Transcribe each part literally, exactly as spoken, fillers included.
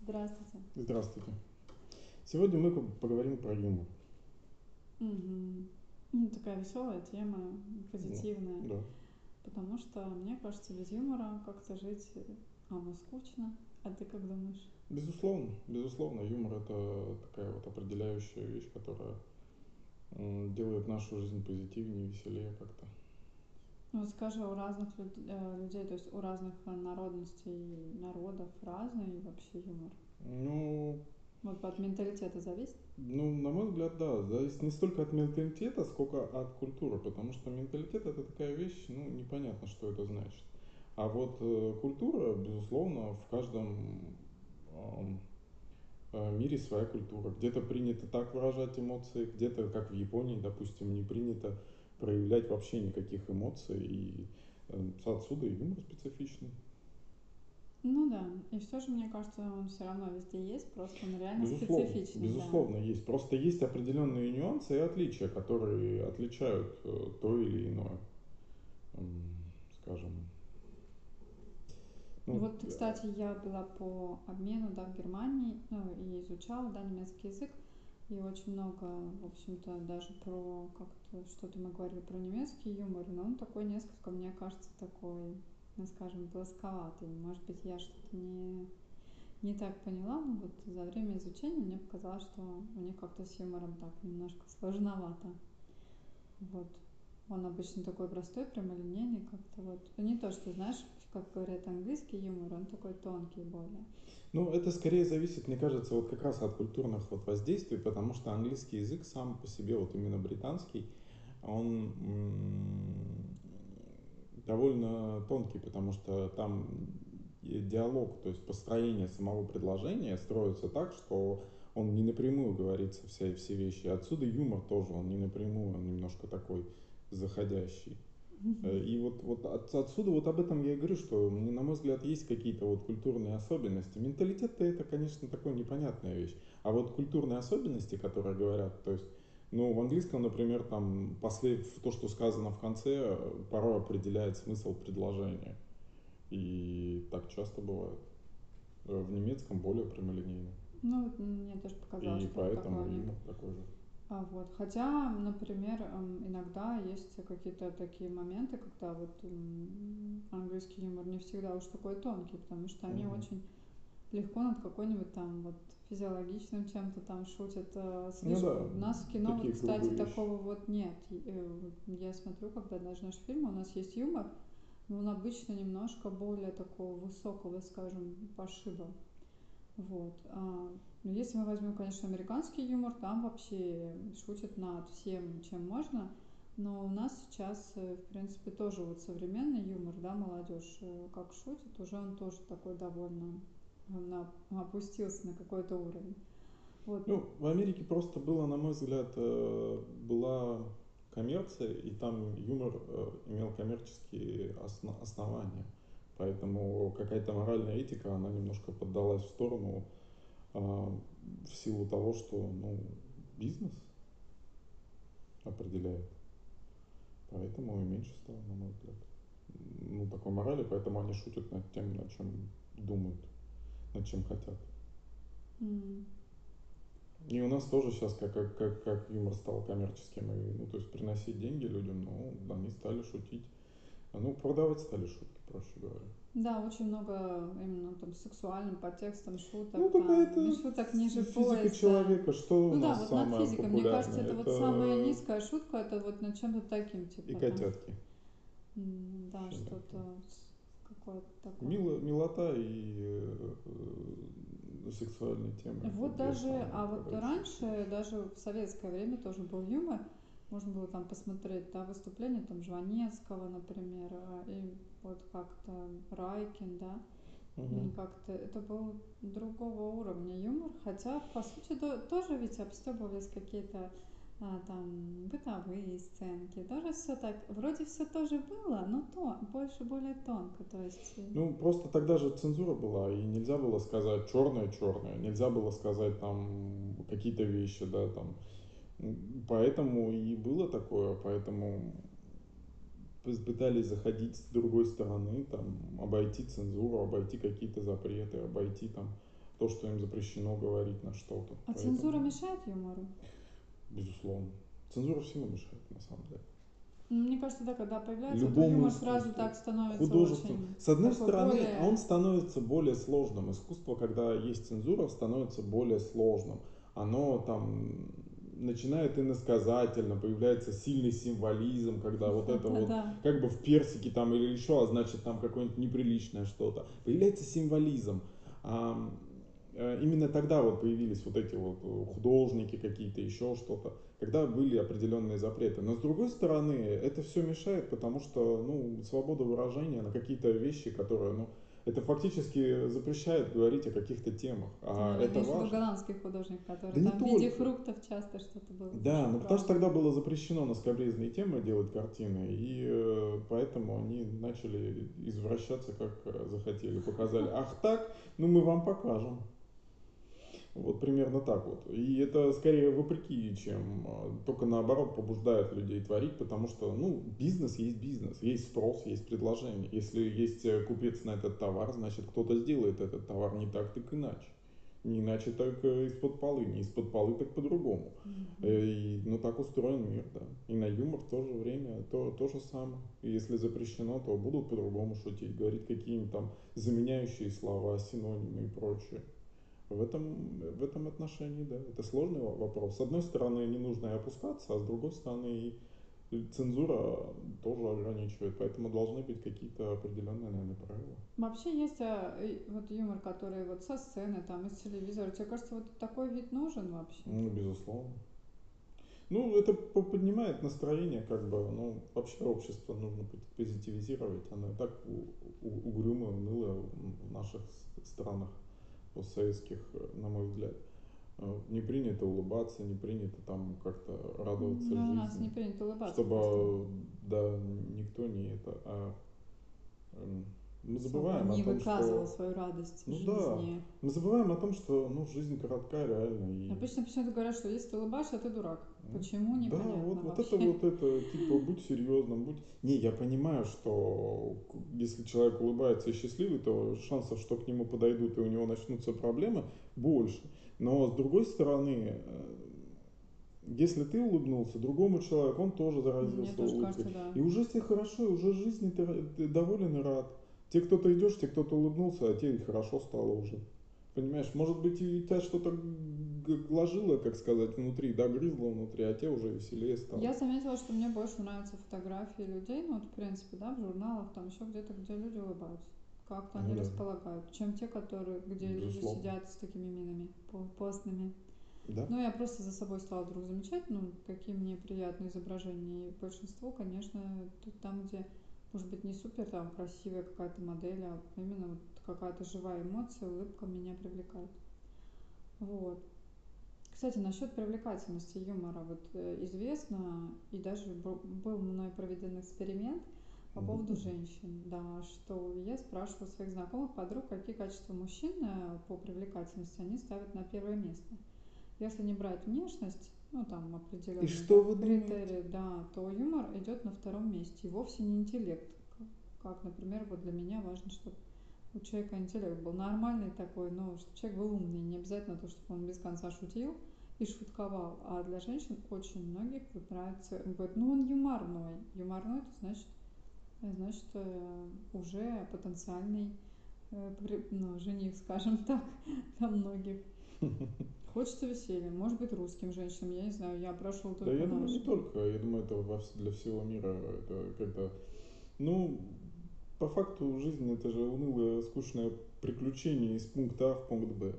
Здравствуйте. Здравствуйте. Сегодня мы поговорим про юмор. Мгм. Ну, такая веселая тема, Ну, позитивная. да. Потому что, мне кажется, без юмора как-то жить, оно скучно. А ты как думаешь? Безусловно, безусловно, юмор это такая вот определяющая вещь, которая м, делает нашу жизнь позитивнее, веселее как-то. Ну, вот скажи, у разных люд- э, людей, то есть у разных э, народностей, народов разный вообще юмор. Ну, Вот от менталитета зависит? ну, на мой взгляд, да, зависит не столько от менталитета, сколько от культуры, потому что менталитет это такая вещь, ну, непонятно, что это значит. А вот э, культура, безусловно, в каждом ам, э, мире своя культура. Где-то принято так выражать эмоции, где-то, как в Японии, допустим, не принято проявлять вообще никаких эмоций, и э, отсюда и юмор специфичный. Ну да, и все же, мне кажется, он все равно везде есть, просто он реально Безусловно, специфичный, да. безусловно есть. Просто есть определенные нюансы и отличия, которые отличают э, то или иное, м, скажем. Ну, Вот, кстати, я была по обмену, да, в Германии, ну, и изучала, да, немецкий язык, и очень много, в общем-то, даже про как-то что-то мы говорили про немецкий юмор, но он такой несколько, мне кажется, такой, ну, скажем, плосковатый. Может быть, я что-то не, не так поняла, но вот за время изучения мне показалось, что у них как-то с юмором так немножко сложновато. Вот. Он обычно такой простой, прямолинейный, как-то вот. Не то, что, знаешь, как говорят, английский юмор, он такой тонкий более. ну, это скорее зависит, мне кажется, вот как раз от культурных вот воздействий, потому что английский язык сам по себе, вот именно британский, он м, довольно тонкий, потому что там диалог, то есть построение самого предложения строится так, что он не напрямую говорится все, все вещи. Отсюда юмор тоже, он не напрямую, он немножко такой заходящий. И вот, вот от, отсюда вот об этом я и говорю, что, на мой взгляд, есть какие-то вот культурные особенности. Менталитет-то это, конечно, такая непонятная вещь. А вот культурные особенности, которые говорят, то есть, ну, в английском, например, там, после, то, что сказано в конце, порой определяет смысл предложения. И так часто бывает. В немецком более прямолинейно. Ну, вот мне тоже показалось, И что такое поэтому у них. юмор такой же. А вот. Хотя, например, эм, иногда есть какие-то такие моменты, когда вот м, английский юмор не всегда уж такой тонкий, потому что они Мгм. очень легко над какой-нибудь там вот физиологичным чем-то там шутят э, Ну слишком. да, У нас в кино вот, такие кстати, грубые вещи. такого вот нет. И, э, Я смотрю, когда даже наш фильм, у нас есть юмор, но он обычно немножко более такого высокого, скажем, пошиба. Вот. А, но если мы возьмем, конечно, американский юмор, там вообще шутят над всем, чем можно. Но у нас сейчас, э, в принципе, тоже вот современный юмор, да, молодежь э, как шутит, уже он тоже такой довольно на- опустился на какой-то уровень. Вот. Ну, в Америке просто было, на мой взгляд, э, была коммерция, и там юмор э, имел коммерческие осно- основания. Поэтому какая-то моральная этика, она немножко поддалась в сторону э, в силу того, что, ну, бизнес определяет. Поэтому и меньше стало, на мой взгляд. Ну, такой морали, поэтому они шутят над тем, над чем думают, над чем хотят. М. И у нас тоже сейчас как, как, как, как юмор стал коммерческим, и, ну, то есть приносить деньги людям, ну, они стали шутить. Ну, продавать стали шутки, проще говоря. Да, очень много именно там с сексуальным подтекстом Ну, шуток, так там, и это шуток ниже физика пояса. человека, что у Ну да, нас вот над самое физикой. Мне кажется, популярное? это вот самая Это низкая шутка, это вот над чем-то таким, и типа там, котятки. м, да, Вообще так. что-то какое-то такое. Мило, милота и э, э, сексуальные темы, это Вот две даже, самые а вот подрочащие раньше, вещи. даже в советское время тоже был юмор. Можно было там посмотреть, да, выступления там Жванецкого, например, а, и вот как-то Райкин, да. Угу. Как-то это был другого уровня юмор, хотя, по сути, то- тоже ведь обстебывались какие-то а, там бытовые сценки. Тоже все так, вроде все тоже было, но то, больше более тонко, то есть... э, Ну, просто тогда же цензура была, и нельзя было сказать черное-черное, нельзя было сказать там какие-то вещи, да, там. Поэтому и было такое, поэтому пытались заходить с другой стороны, там, обойти цензуру, обойти какие-то запреты, обойти там то, что им запрещено говорить на что-то. А Поэтому, цензура мешает юмору? безусловно. Цензура всему мешает, на самом деле. Ну, мне кажется, да, когда появляется, то Любому юмор искусству, сразу так становится художественному. очень С одной такой стороны, более... он становится более сложным. Искусство, когда есть цензура, становится более сложным. Оно там начинает иносказательно, появляется сильный символизм, когда вот это вот Да. как бы в персике там или еще, а значит там какое-нибудь неприличное что-то. Появляется символизм. А, э, именно тогда вот появились вот эти вот художники какие-то, еще что-то, когда были определенные запреты. Но с другой стороны, это все мешает, потому что, ну, свобода выражения на какие-то вещи, которые, ну, это фактически запрещает говорить о каких-то темах, Ты, а наверное, это имеешь в виду важно. голландских художников, которые Да не там в виде только. фруктов часто что-то было Да, ну потому что зашифровано. тогда было запрещено на скабрезные темы делать картины, и э, поэтому они начали извращаться, как э, захотели, показали. Ах так, ну мы вам покажем. Вот примерно так вот. И это скорее вопреки, чем э, только наоборот побуждает людей творить, потому что, ну, бизнес есть бизнес, есть спрос, есть предложение. Если есть э, купец на этот товар, значит кто-то сделает этот товар не так, так иначе. Не иначе, так э, из-под полы, не из-под полы, так по-другому. Мгм. Э, И, ну так устроен мир, да. И на юмор в то же время то, то же самое. И если запрещено, то будут по-другому шутить, говорить какие-нибудь там заменяющие слова, синонимы и прочее. В этом, в этом отношении, да, это сложный вопрос. С одной стороны, не нужно и опускаться, а с другой стороны, и цензура тоже ограничивает, поэтому должны быть какие-то определенные, наверное, правила. Вообще есть а, и вот юмор, который вот со сцены, там, из телевизора. Тебе кажется, вот такой вид нужен вообще? Ну, безусловно. Ну, это поднимает настроение, как бы, ну, вообще общество нужно позитивизировать, оно и так угрюмое, унылое в наших странах постсоветских, на мой взгляд. Не принято улыбаться, не принято там как-то радоваться Ну, у нас не жизни, принято улыбаться просто. чтобы, да, никто не это, а эм, мы Особо забываем о не том, выказывал что, свою радость ну да, жизни. мы забываем о том, что, ну, жизнь коротка, реально, и Обычно почему-то говорят, что если ты улыбаешься, ты дурак. Почему, да, вот, непонятно вот это вообще. вот это, типа, будь серьезным, будь... Не, я понимаю, что если человек улыбается и счастливый, то шансов, что к нему подойдут и у него начнутся проблемы, больше. Но с другой стороны, э, если ты улыбнулся другому человеку, он тоже Мне заразился тоже улыбкой. кажется, да. И уже все хорошо, и уже жизни ты, ты доволен и рад. Те, кто ты идешь, те, кто-то улыбнулся, а тебе и хорошо стало уже. Понимаешь, может быть, и тебя что-то гложило, как сказать, внутри, да, грызло внутри, а тебе уже веселее стало. Я заметила, что мне больше нравятся фотографии людей, ну вот в принципе, да, в журналах, там еще где-то, где люди улыбаются. Как-то они Ну да, располагают, чем те, которые, где люди безусловно. сидят с такими минами постными. Да. Ну, я просто за собой стала вдруг замечать, ну, какие мне приятные изображения. И большинство, конечно, тут там, где, может быть, не супер там красивая какая-то модель, а именно вот какая-то живая эмоция, улыбка меня привлекает. Вот. Кстати, насчет привлекательности юмора, вот э, известно, и даже был мной проведен эксперимент по поводу М. женщин, да, что я спрашивала своих знакомых подруг, какие качества мужчин э, по привлекательности они ставят на первое место. Если не брать внешность, ну там И определенные, да, что вы думаете? критерии, да, то юмор идет на втором месте, и вовсе не интеллект. Как, например, вот для меня важно, чтобы у человека интеллект был нормальный такой, но чтобы человек был умный, не обязательно то, чтобы он без конца шутил и шутковал. А для женщин очень многих вот нравится, говорят, ну он юморной. Юморной, это значит, значит э, уже потенциальный э, ну, жених, скажем так, для многих. Хочется веселья, может быть, русским женщинам, я не знаю, я прошел Да, только я думаю, не нашим. только. Я думаю, это для всего мира. Это когда, ну, по факту жизнь это же унылое, скучное приключение из пункта А в пункт Б.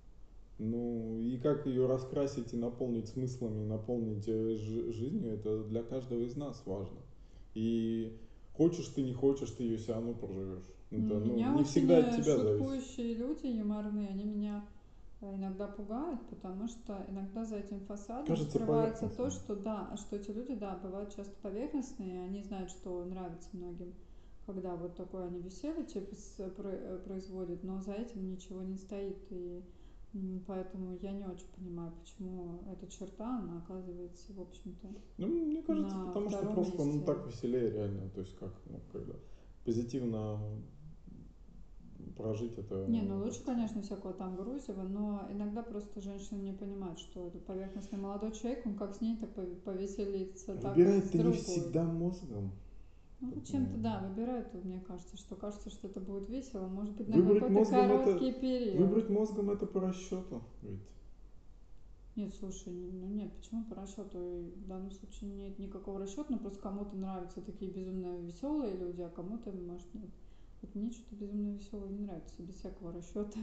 Ну, и как ее раскрасить и наполнить смыслами, и наполнить э, жизнью, это для каждого из нас важно. И хочешь ты, не хочешь, ты ее все равно проживешь. Это, ну, Меня не очень всегда от э, тебя зависит. шуткующие люди, юморные, они меня э, иногда пугают, потому что иногда за этим фасадом Кажется скрывается то, поверхностным. что да, что эти люди, да, бывают часто поверхностные, они знают, что нравится многим, когда вот такое они веселье типа производят, но за этим ничего не стоит, и поэтому я не очень понимаю, почему эта черта, она оказывается, в общем-то, Ну, мне кажется, на потому что втором просто, ну, месте. так веселее реально. То есть как, ну, когда позитивно прожить это. Не, ну лучше, конечно, всякого там Грузева, но иногда просто женщина не понимает, что это поверхностный молодой человек, он как с ней так повеселиться, так и с Выбирает-то не другой. всегда мозгом. Ну, Тут, чем-то, ну, да, выбирают, мне кажется, что кажется, что это будет весело, может быть, на Выбрать какой-то мозгом это, короткий период. выбрать мозгом это по расчету. Ведь. Нет, слушай, ну нет, почему по расчету? И в данном случае нет никакого расчета, но просто кому-то нравятся такие безумно веселые люди, а кому-то, может, нет. Вот мне что-то безумно веселое не нравится, без всякого расчета.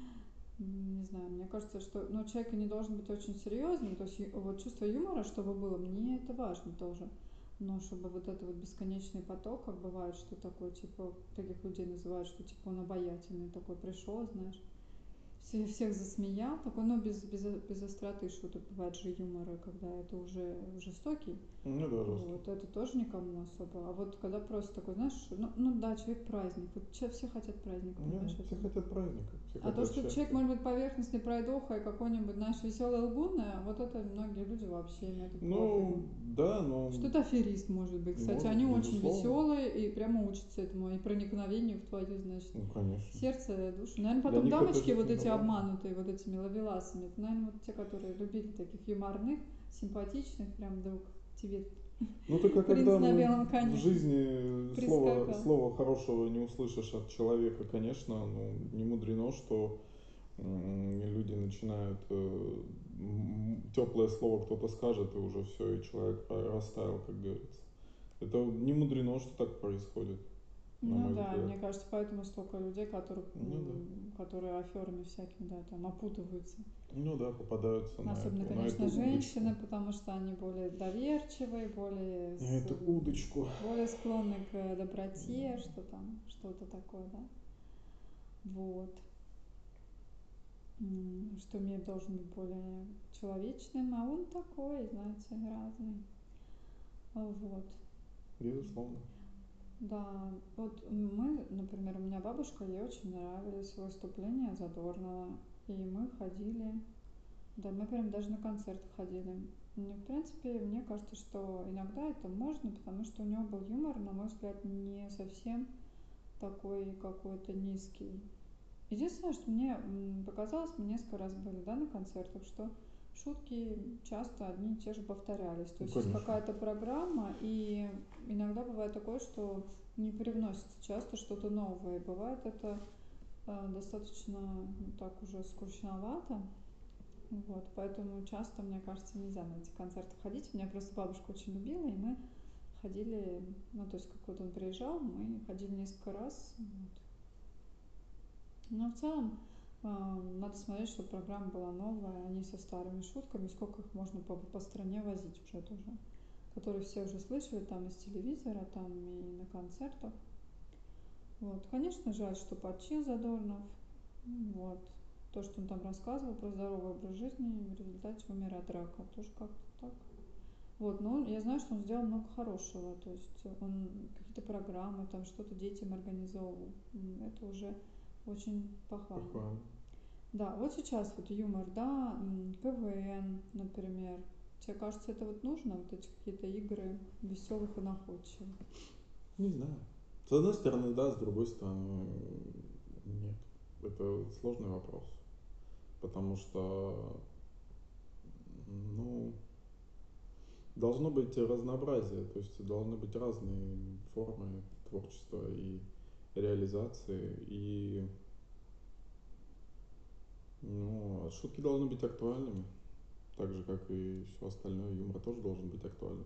Не знаю, мне кажется, что ну, человек не должен быть очень серьезным, то есть вот чувство юмора, чтобы было, мне это важно тоже. Но чтобы вот это вот бесконечный поток, как бывает, что такое, типа, таких людей называют, что типа он обаятельный такой пришел, знаешь, все, всех засмеял, такой, ну, без, без, без остроты шуток, бывает же юмора, когда это уже жестокий, Ну да, жестко. вот, это тоже никому особо. А вот когда просто такой, знаешь, ну, ну да, человек праздник, вот все хотят праздник, понимаешь? Ну, все Это... хотят праздника, все А то, хотят что счастья. человек может быть поверхностный пройдоха и какой-нибудь, знаешь, веселый лгун, вот это многие люди вообще им это пофигу. Ну, да, но... Что-то аферист может быть. Кстати, Может, они очень безусловно. веселые и прямо учатся этому и проникновению в твою, значит, Ну, конечно. сердце, душу. Наверное, Для потом них это дамочки вот жизненно эти важно. обманутые вот этими ловеласами, это, наверное, вот те, которые любили таких юморных, симпатичных, прям вдруг тебе Ну, только принц когда на мы белом в коне жизни слова, прискакал. слова хорошего не услышишь от человека, конечно, ну, не мудрено, что люди начинают э, теплое слово кто-то скажет, и уже все, и человек растаял, как говорится. Это не мудрено, что так происходит, на Ну мой да, взгляд. мне кажется, поэтому столько людей, которые, Ну да. которые аферами всякими, да, там опутываются. Ну да, попадаются на Особенно, эту, на эту конечно, удочку. женщины, потому что они более доверчивые, более, На эту удочку. более склонны к доброте, что там, что-то такое, да. Вот. Что мир должен быть более человечным, а он такой, знаете, разный. Вот. Безусловно. Да, вот мы, например, у меня бабушка, ей очень нравились выступления Задорнова, и мы ходили, да, мы прям даже на концерт ходили. Ну, в принципе, мне кажется, что иногда это можно, потому что у него был юмор, на мой взгляд, не совсем такой какой-то низкий. Единственное, что мне показалось, мы несколько раз были, да, на концертах, что шутки часто одни и те же повторялись. То Ну, есть есть конечно. какая-то программа, и иногда бывает такое, что не привносится часто что-то новое. Бывает это э, достаточно ну, так уже скучновато. Вот, поэтому часто, мне кажется, нельзя на эти концерты ходить. Меня просто бабушка очень любила, и мы ходили, ну, то есть, как вот он приезжал, мы ходили несколько раз. Вот. Но в целом э, надо смотреть, чтобы программа была новая, а не со старыми шутками, сколько их можно по, по стране возить уже тоже, которые все уже слышали там из телевизора, там и на концертах. Вот, конечно, жаль, что почил Задорнов. Вот. То, что он там рассказывал про здоровый образ жизни, в результате умер от рака. Тоже как-то так. Вот, но я знаю, что он сделал много хорошего. То есть он какие-то программы, там что-то детям организовывал. Это уже очень похвально. Похвально. Да, вот сейчас вот юмор, да, КВН, например. Тебе кажется, это вот нужно, вот эти какие-то игры веселых и находчивых? Не знаю. С одной стороны, да, с другой стороны, нет. Это сложный вопрос. Потому что, ну, должно быть разнообразие, то есть должны быть разные формы творчества и реализации, и ну, шутки должны быть актуальными, так же, как и все остальное, юмор тоже должен быть актуальным.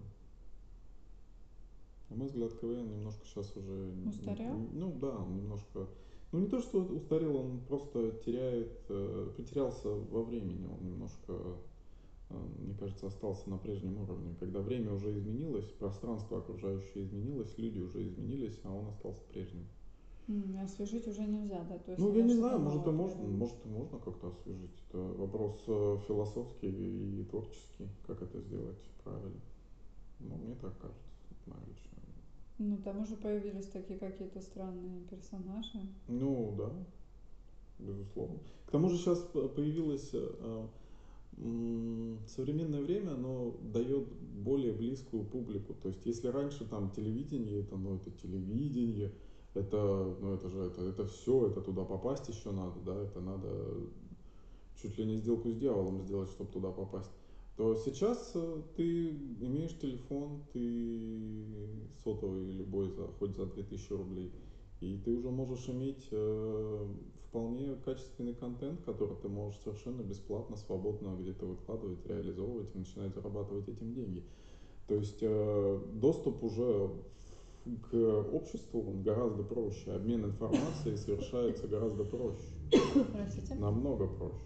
На мой взгляд, КВН немножко сейчас уже, Устарел? ну да, он немножко, ну не то, что устарел, он просто теряет, потерялся во времени, он немножко, мне кажется, остался на прежнем уровне. Когда время уже изменилось, пространство окружающее изменилось, люди уже изменились, а он остался прежним. М, освежить уже нельзя, да? То есть Ну, я надо не что-то знаю, может и новое можно, придумать. может и можно как-то освежить. Это вопрос э, философский и творческий, как это сделать правильно. Ну, мне так кажется, это мое личное. Ну, там уже появились такие какие-то странные персонажи. Ну, да, безусловно. К тому же сейчас появилось э, м, современное время, оно дает более близкую публику. То есть, если раньше там телевидение, это, ну, это телевидение, это, ну это же, это, это все, это туда попасть еще надо, да, это надо чуть ли не сделку с дьяволом сделать, чтобы туда попасть. То сейчас э, ты имеешь телефон, ты сотовый любой за, хоть за две тысячи рублей, и ты уже можешь иметь э, вполне качественный контент, который ты можешь совершенно бесплатно, свободно где-то выкладывать, реализовывать и начинать зарабатывать этим деньги. То есть э, доступ уже к обществу он гораздо проще, обмен информацией совершается гораздо проще, Простите. намного проще,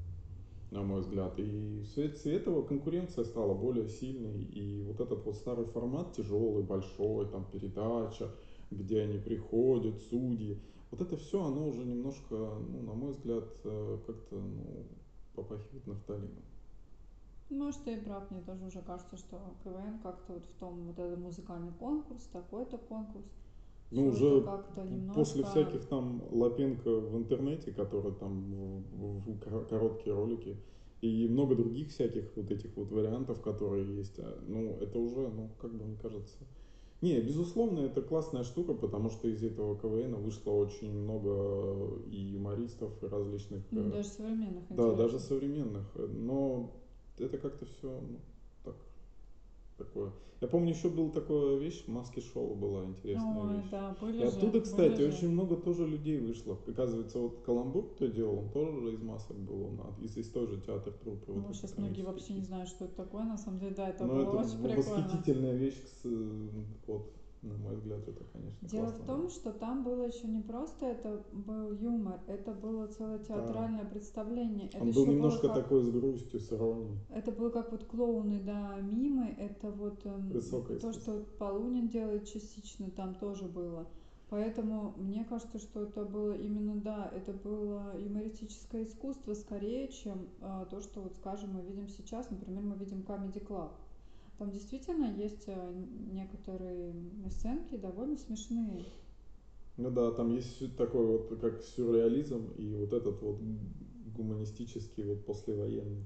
на мой взгляд. И вследствие этого конкуренция стала более сильной, и вот этот вот старый формат, тяжелый, большой, там передача, где они приходят, судьи, вот это все, оно уже немножко, ну, на мой взгляд, э, как-то, ну, попахивает нафталином. Может, ты и прав, мне тоже уже кажется, что КВН как-то вот в том, вот этот музыкальный конкурс, такой-то конкурс, Ну, все это уже как-то после немножко, всяких там Лапенко в интернете, которые там в, в- в короткие ролики, и много других всяких вот этих вот вариантов, которые есть, а, ну, это уже, ну, как бы мне кажется. Не, безусловно, это классная штука, потому что из этого КВН вышло очень много и юмористов, и различных, ну, э, даже современных да, даже интересных. современных, э, но это как-то все, ну, так, такое. Я помню, еще была такая вещь, маски-шоу была интересная Ой, вещь. да, И были же, оттуда, были кстати, же. очень много тоже людей вышло. Оказывается, вот Каламбур, кто делал, он тоже из масок был, он от- из, из той же театр труппы, вот Ну, этой сейчас многие комической вообще не чисто. знают, что это такое, на самом деле, да, это Но было это очень в- прикольно. восхитительная вещь, с- вот, на мой взгляд, это, конечно, Дело в классно было. том, что там было еще не просто это был юмор, это было целое Да. театральное представление. Это Он был еще было немножко как такой с грустью, с иронией. это было как вот клоуны, да, мимы. Это вот эм, Высокое то, искусство. что Полунин делает частично, там тоже было. Поэтому мне кажется, что это было именно, да, это было юмористическое искусство скорее, чем э, то, что вот, скажем, мы видим сейчас. Например, мы видим Comedy Club. Там действительно есть э, некоторые сценки довольно смешные. Ну да, там есть такой вот, как сюрреализм и вот этот вот гуманистический, вот послевоенный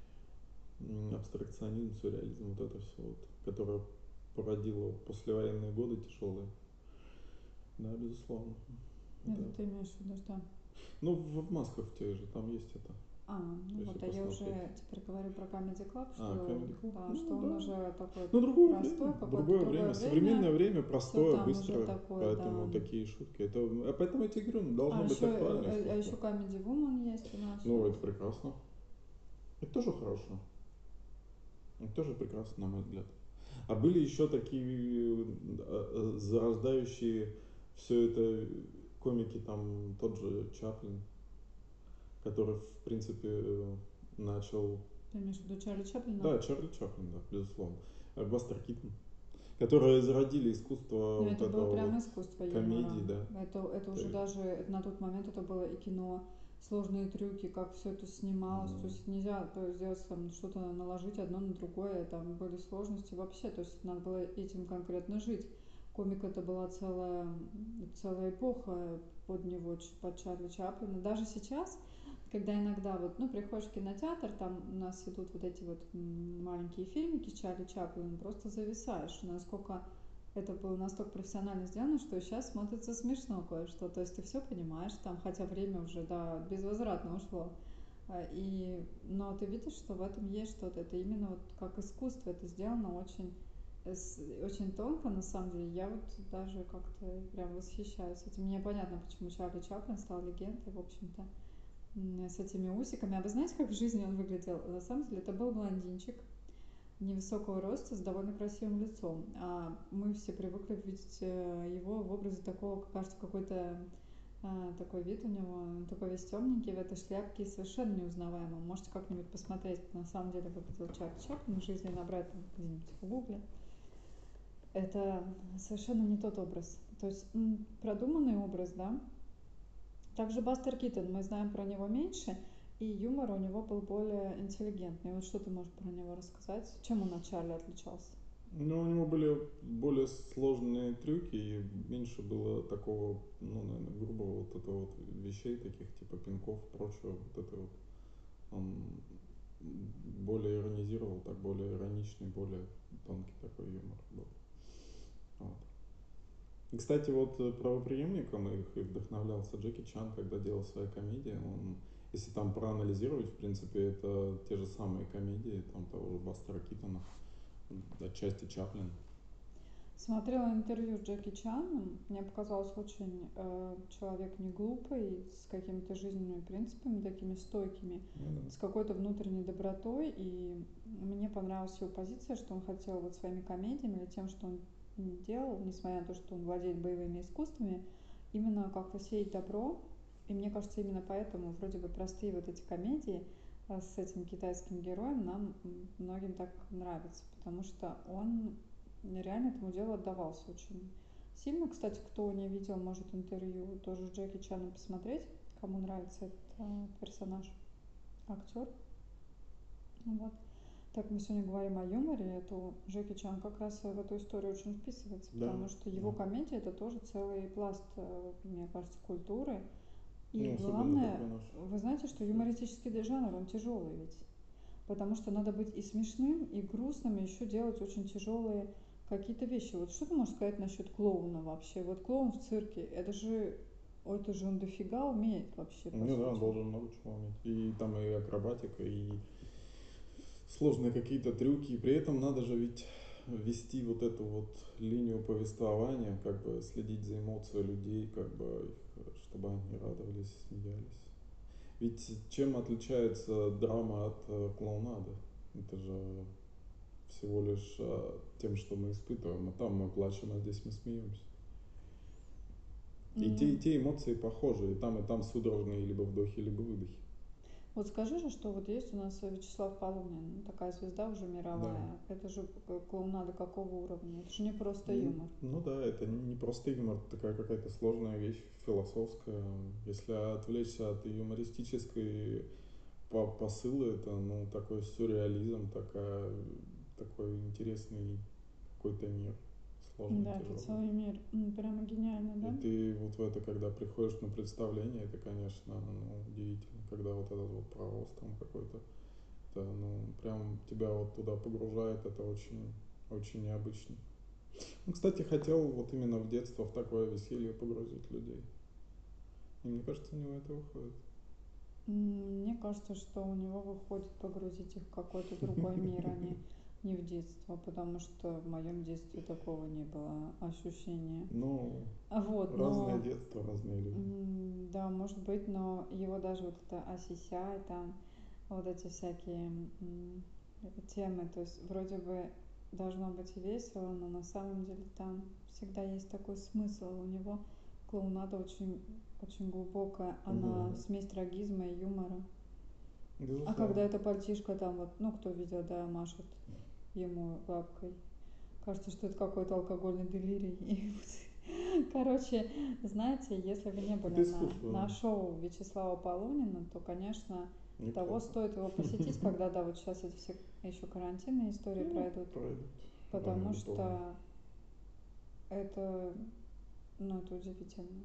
м, абстракционизм, сюрреализм, вот это все вот, которое породило послевоенные годы тяжелые. Да, безусловно. Это, Это ты имеешь в виду, что? ну, в, в масках тех же, там есть это, А, ну если вот, а я посмотреть. уже теперь говорю про Comedy Club, А, что, Comedy Club, да, что ну он да. уже такой Ну, другое простой, время, какое-то другое другое время, время, современное время, все простое, там уже быстрое, такое, да. поэтому такие шутки. Это, а поэтому я тебе говорю, ну, А должно быть еще, актуальное а еще искусство. Comedy Woman есть у нас Ну, сейчас. это прекрасно. Это тоже хорошо. Это тоже прекрасно, на мой взгляд. А были еще такие э, э, зарождающие все это комики, там тот же Чаплин, который, в принципе, э, начал... Ты имеешь в виду Чарли Чаплина? Да, Чарли Чаплин, да, безусловно. Э, Бастер Киттон, которые зародили искусство Но вот это было этого прям вот искусство юмора. комедии, да. Это, это То уже есть, даже это на тот момент это было и кино, сложные трюки, как все это снималось. То м, есть нельзя то есть, сделать там что-то наложить одно на другое, там были сложности вообще. То есть надо было этим конкретно жить. Комик это была целая, целая эпоха под него, ч- под Чарли Чаплина. Даже сейчас, когда иногда вот, ну, приходишь в кинотеатр, там у нас идут вот эти вот м, маленькие фильмики с Чарли Чаплином, просто зависаешь, насколько это было настолько профессионально сделано, что сейчас смотрится смешно кое-что. То есть ты все понимаешь, там, хотя время уже, да, безвозвратно ушло. А, И, но ты видишь, что в этом есть что-то. Это именно вот как искусство, это сделано очень, э, с- очень тонко, на самом деле. Я вот даже как-то прям восхищаюсь этим. Мне понятно, почему Чарли Чаплин стал легендой, в общем-то, м, с этими усиками. А вы знаете, как в жизни он выглядел? На самом деле это был блондинчик, невысокого роста с довольно красивым лицом. А мы все привыкли видеть э, его в образе такого, кажется, какой-то а, такой вид у него, такой весь темненький в этой шляпке, совершенно неузнаваемый. Можете как-нибудь посмотреть, как на самом деле выглядел Чарли Чаплин в жизни, набрать там где-нибудь в гугле. Это совершенно не тот образ. То есть м, продуманный образ, да. Также Бастер Киттон, мы знаем про него меньше, и юмор у него был более интеллигентный. Вот что ты можешь про него рассказать? Чем он от Чарли отличался? ну, у него были более сложные трюки, и меньше было такого, ну, наверное, грубого вот этого вот вещей, таких типа пинков, прочего, вот это вот. Он более иронизировал, так более ироничный, более тонкий такой юмор был. Вот. И, кстати, вот э, правопреемником их и вдохновлялся Джеки Чан, когда делал свои комедии. Он, если там проанализировать, в принципе, это те же самые комедии, там того же Бастера Китона, отчасти Чаплин. Смотрела интервью с Джеки Чаном, мне показалось очень э, человек не глупый, с какими-то жизненными принципами такими стойкими, Mm-hmm. с какой-то внутренней добротой, и мне понравилась его позиция, что он хотел вот своими комедиями или тем, что он делал, несмотря на то, что он владеет боевыми искусствами, именно как-то сеять добро, и мне кажется, именно поэтому вроде бы простые вот эти комедии э, с этим китайским героем нам многим так нравятся, потому что он реально этому делу отдавался очень сильно. Кстати, кто не видел, может интервью тоже с Джеки Чаном посмотреть, кому нравится этот э, персонаж, актер. Вот. Так, мы сегодня говорим о юморе, то Джеки Чан как раз в эту историю очень вписывается, Да, потому что его да. комедия это тоже целый пласт, мне кажется, культуры. И Ну, главное, такой наш. вы знаете, что юмористический жанр, он тяжелый ведь. Потому что надо быть и смешным, и грустным, и еще делать очень тяжелые какие-то вещи. Вот что ты можешь сказать насчет клоуна вообще? Вот клоун в цирке, это же, ой, это же он дофига умеет вообще, по Ну сути. да, он должен много чего уметь. И там и акробатика, и сложные какие-то трюки. И при этом надо же ведь вести вот эту вот линию повествования, как бы следить за эмоцией людей, как бы их, чтобы они радовались, смеялись. Ведь чем отличается драма от э, клоунады? Это же всего лишь э, тем, что мы испытываем. А там мы плачем, а здесь мы смеемся. И Ну, те, и те эмоции похожи. И там, и там судорожные либо вдохи, либо выдохи. вот скажи же, что вот есть у нас Вячеслав Полунин, такая звезда уже мировая. Да. Это же клоунада какого уровня? Это же не просто Ну, юмор. ну да, это не просто юмор, это такая какая-то сложная вещь, философская. Если отвлечься от юмористической по посыла, это ну, такой сюрреализм, такая, такой интересный какой-то мир, сложный, Да, это тяжелый. целый мир. Прямо гениально, да? И ты вот в это, когда приходишь на представление, это, конечно, ну, удивительно, когда вот этот вот провоз там какой-то, это, ну, прям тебя вот туда погружает, это очень, очень необычно. Ну, кстати, хотел вот именно в детство в такое веселье погрузить людей. И мне кажется, у него это выходит. Мне кажется, что у него выходит погрузить их в какой-то другой мир, а не, не в детство, потому что в моем детстве такого не было ощущения. Ну, Вот, разное но детство, разные люди. да, может быть, но его даже вот это асися, там вот эти всякие темы, то есть вроде бы должно быть и весело, но на самом деле там всегда есть такой смысл. У него клоунада очень, очень глубокая, она Угу. смесь трагизма и юмора. Безусловно. А когда эта пальчишка там вот, ну кто видел, да, машет ему лапкой, кажется, что это какой-то алкогольный делирий. И короче, знаете, если вы не были на, на шоу Вячеслава Полунина, то, конечно, неплохо. Того стоит его посетить, когда, да, вот сейчас эти все еще карантинные истории ну, пройдут. Пройдут. Потому что это, ну, это удивительно.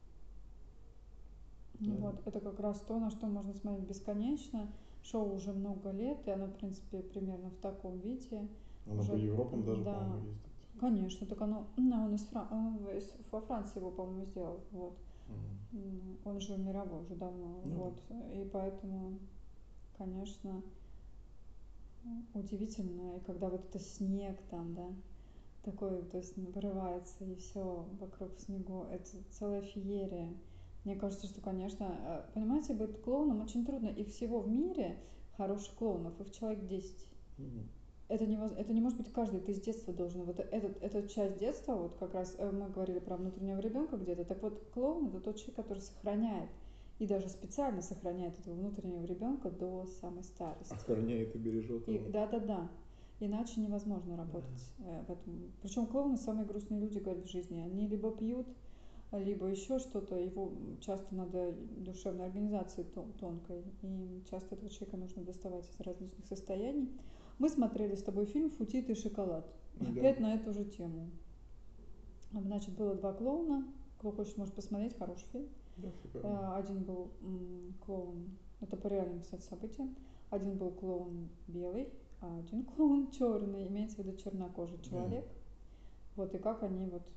Да. Вот, это как раз то, на что можно смотреть бесконечно. Шоу уже много лет, и оно, в принципе, примерно в таком виде. Оно уже, по Европам даже, да, по-моему, ездит. Конечно, так оно, он из Фран... он во Франции его, по-моему, сделал, вот. Mm. Он же мировой уже давно, mm. вот. И поэтому, конечно, удивительно, и когда вот это снег там, да, такой, то есть вырывается, и все вокруг в снегу, это целая феерия. Мне кажется, что, конечно, понимаете, быть клоуном очень трудно. Их всего в мире хороших клоунов, их человек десять. Mm-hmm. Это не, это не может быть каждый, ты с детства должен. Вот этот, эта часть детства, вот как раз мы говорили про внутреннего ребенка где-то, так вот клоун это тот человек, который сохраняет и даже специально сохраняет этого внутреннего ребенка до самой старости. Охраняет и бережет его. И, да, да, да. Иначе невозможно работать mm. в этом. Причем клоуны самые грустные люди, говорят, в жизни. Они либо пьют, либо еще что-то. Его часто надо душевной организации тонкой. И часто этого человека нужно доставать из различных состояний. Мы смотрели с тобой фильм «Футит и шоколад». Да. Опять на эту же тему. Значит, было два клоуна. Кто хочет, может посмотреть, хороший фильм. Да, Один был м, клоун, это по реальным, кстати, событиям. Один был клоун белый, а один клоун черный, имеется в виду чернокожий человек. Mm. Вот, и как они вот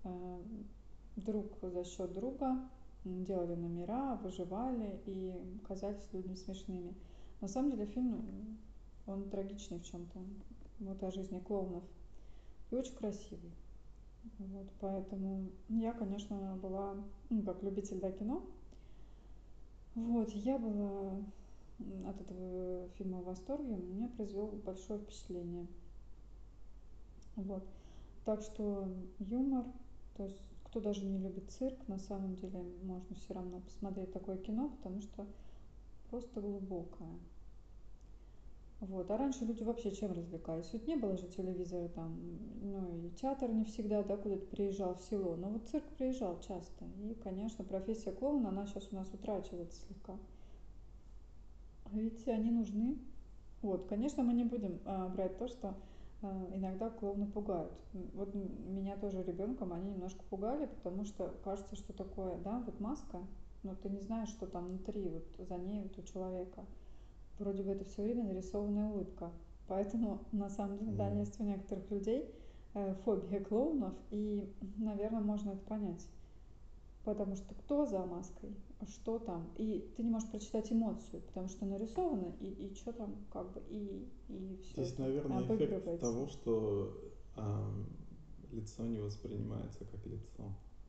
э, друг за счет друга делали номера, выживали и казались людям смешными. На самом деле фильм, он трагичный в чем-то, вот о жизни клоунов, и очень красивый. Вот, поэтому я, конечно, была, ну, как любитель, да, кино. Вот, я была от этого фильма в восторге, мне произвел большое впечатление. Вот. Так что юмор, то есть кто даже не любит цирк, на самом деле можно все равно посмотреть такое кино, потому что просто глубокое. Вот. А раньше люди вообще чем развлекались? Ведь не было же телевизора там, ну и театр не всегда, да, куда-то приезжал в село. Но вот цирк приезжал часто. И, конечно, профессия клоуна, она сейчас у нас утрачивается слегка. А ведь они нужны. Вот, конечно, мы не будем а, брать то, что а, иногда клоуны пугают. Вот меня тоже ребенком они немножко пугали, потому что кажется, что такое, да, вот маска, но ты не знаешь, что там внутри, вот за ней вот у человека. Вроде бы это все время нарисованная улыбка. Поэтому, на самом деле, да, Mm. есть у некоторых людей э, фобия клоунов, и, наверное, можно это понять. Потому что кто за маской, что там, и ты не можешь прочитать эмоцию, потому что нарисовано, и, и что там, как бы, и, и все Здесь, это наверное, эффект обыгрывается. того, что а, лицо не воспринимается как лицо.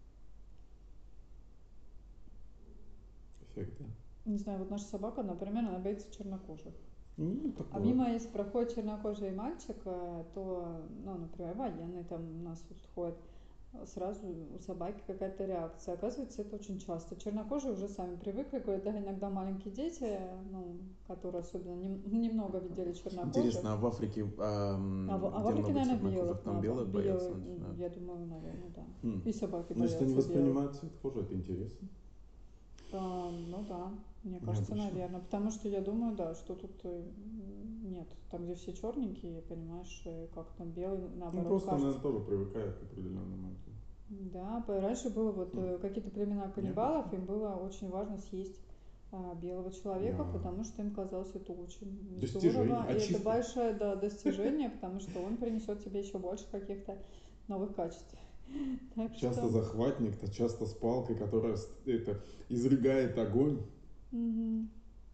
Эффект, да? Не знаю, вот наша собака, например, она боится чернокожих. Ну, А такое. мимо, если проходит чернокожий мальчик, э, то, ну, например, военный там у нас вот ходит, сразу у собаки какая-то реакция. Оказывается, это очень часто. Чернокожие уже сами привыкли, говорят, да, иногда маленькие дети, ну, которые особенно нем- немного видели чернокожих. Интересно, а в Африке, а, А в, а в где Африке, много наверное, чернокожих, белых, там наоборот, белых боятся белых, начинают? я думаю, наверное, да. Хм. И собаки Ну, если они боятся белых. воспринимают цвет кожи, это интересно. А, ну да, мне кажется, Необычно. наверное. Потому что я думаю, да, что тут э, нет. Там, где все черненькие, понимаешь, э, как там белый, Ну, наоборот, просто, наверное, кажется. тоже привыкают к определенному этому. Да, по- раньше было вот Хм. э, какие-то племена каннибалов, Необычно. им было очень важно съесть а, белого человека, Да. потому что им казалось это очень Достижение, здорово. И это очистка. большое, да, достижение, потому что он принесет тебе еще больше каких-то новых качеств. Так Часто что, захватник, то часто с палкой, которая с- это, изрыгает огонь. мгм,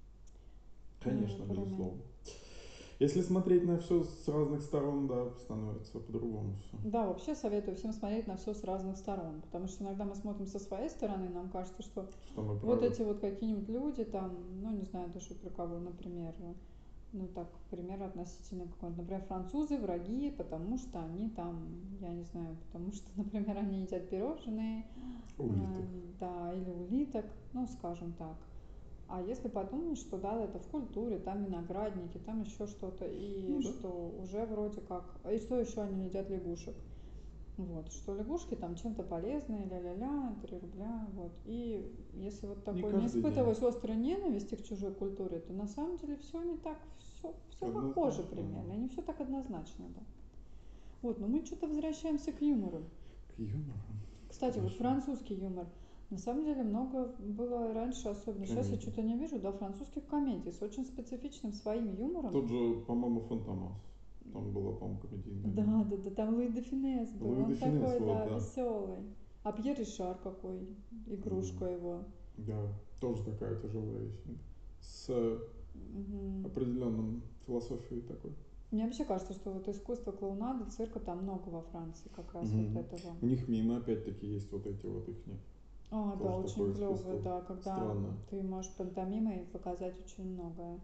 э, Конечно, племен. безусловно. Если смотреть на все с разных сторон, да, становится по-другому все. Да, вообще советую всем смотреть на все с разных сторон, потому что иногда мы смотрим со своей стороны, нам кажется, что Что мы вот правы. эти вот какие-нибудь люди там, ну не знаю даже про кого, например, ну так, пример относительно какой-то, например, французы враги, потому что они там, я не знаю, потому что, например, они едят пирожные, Улиток. э, да, или улиток, ну скажем так. А если подумать, что да, это в культуре, там виноградники, там еще что-то, и Ну да. что уже вроде как, и что еще они едят лягушек. Вот, что лягушки там чем-то полезные, ля-ля-ля, три рубля, вот. И если вот Не такой не каждый день. испытывать острой ненависти к чужой культуре, то на самом деле все не так, все, все похоже Однозначно. примерно, и не все так однозначно, да. Вот, но мы что-то возвращаемся к юмору. К юмору. Кстати, вот Хорошо. французский юмор. На самом деле много было раньше, особенно сейчас я Комедий. что-то не вижу, да, французских комедий с очень специфичным своим юмором. Тот же, по-моему, Фантомас. Там была, по-моему, комедийная Да, линия. да, да, там Луи де Финес был, Луи де он Финес, такой, вот, да, да. веселый. А Пьер Ришар какой, М, игрушка его. Да, тоже такая тяжелая вещь. С Мгм. определенным философией такой. Мне вообще кажется, что вот искусство клоунады, цирка там много во Франции как раз вот Мгм. этого. У них мимо опять-таки есть вот эти вот их А, да, тоже очень такое клевые, искусство да, когда странное. ты можешь пантомимой показать очень многое.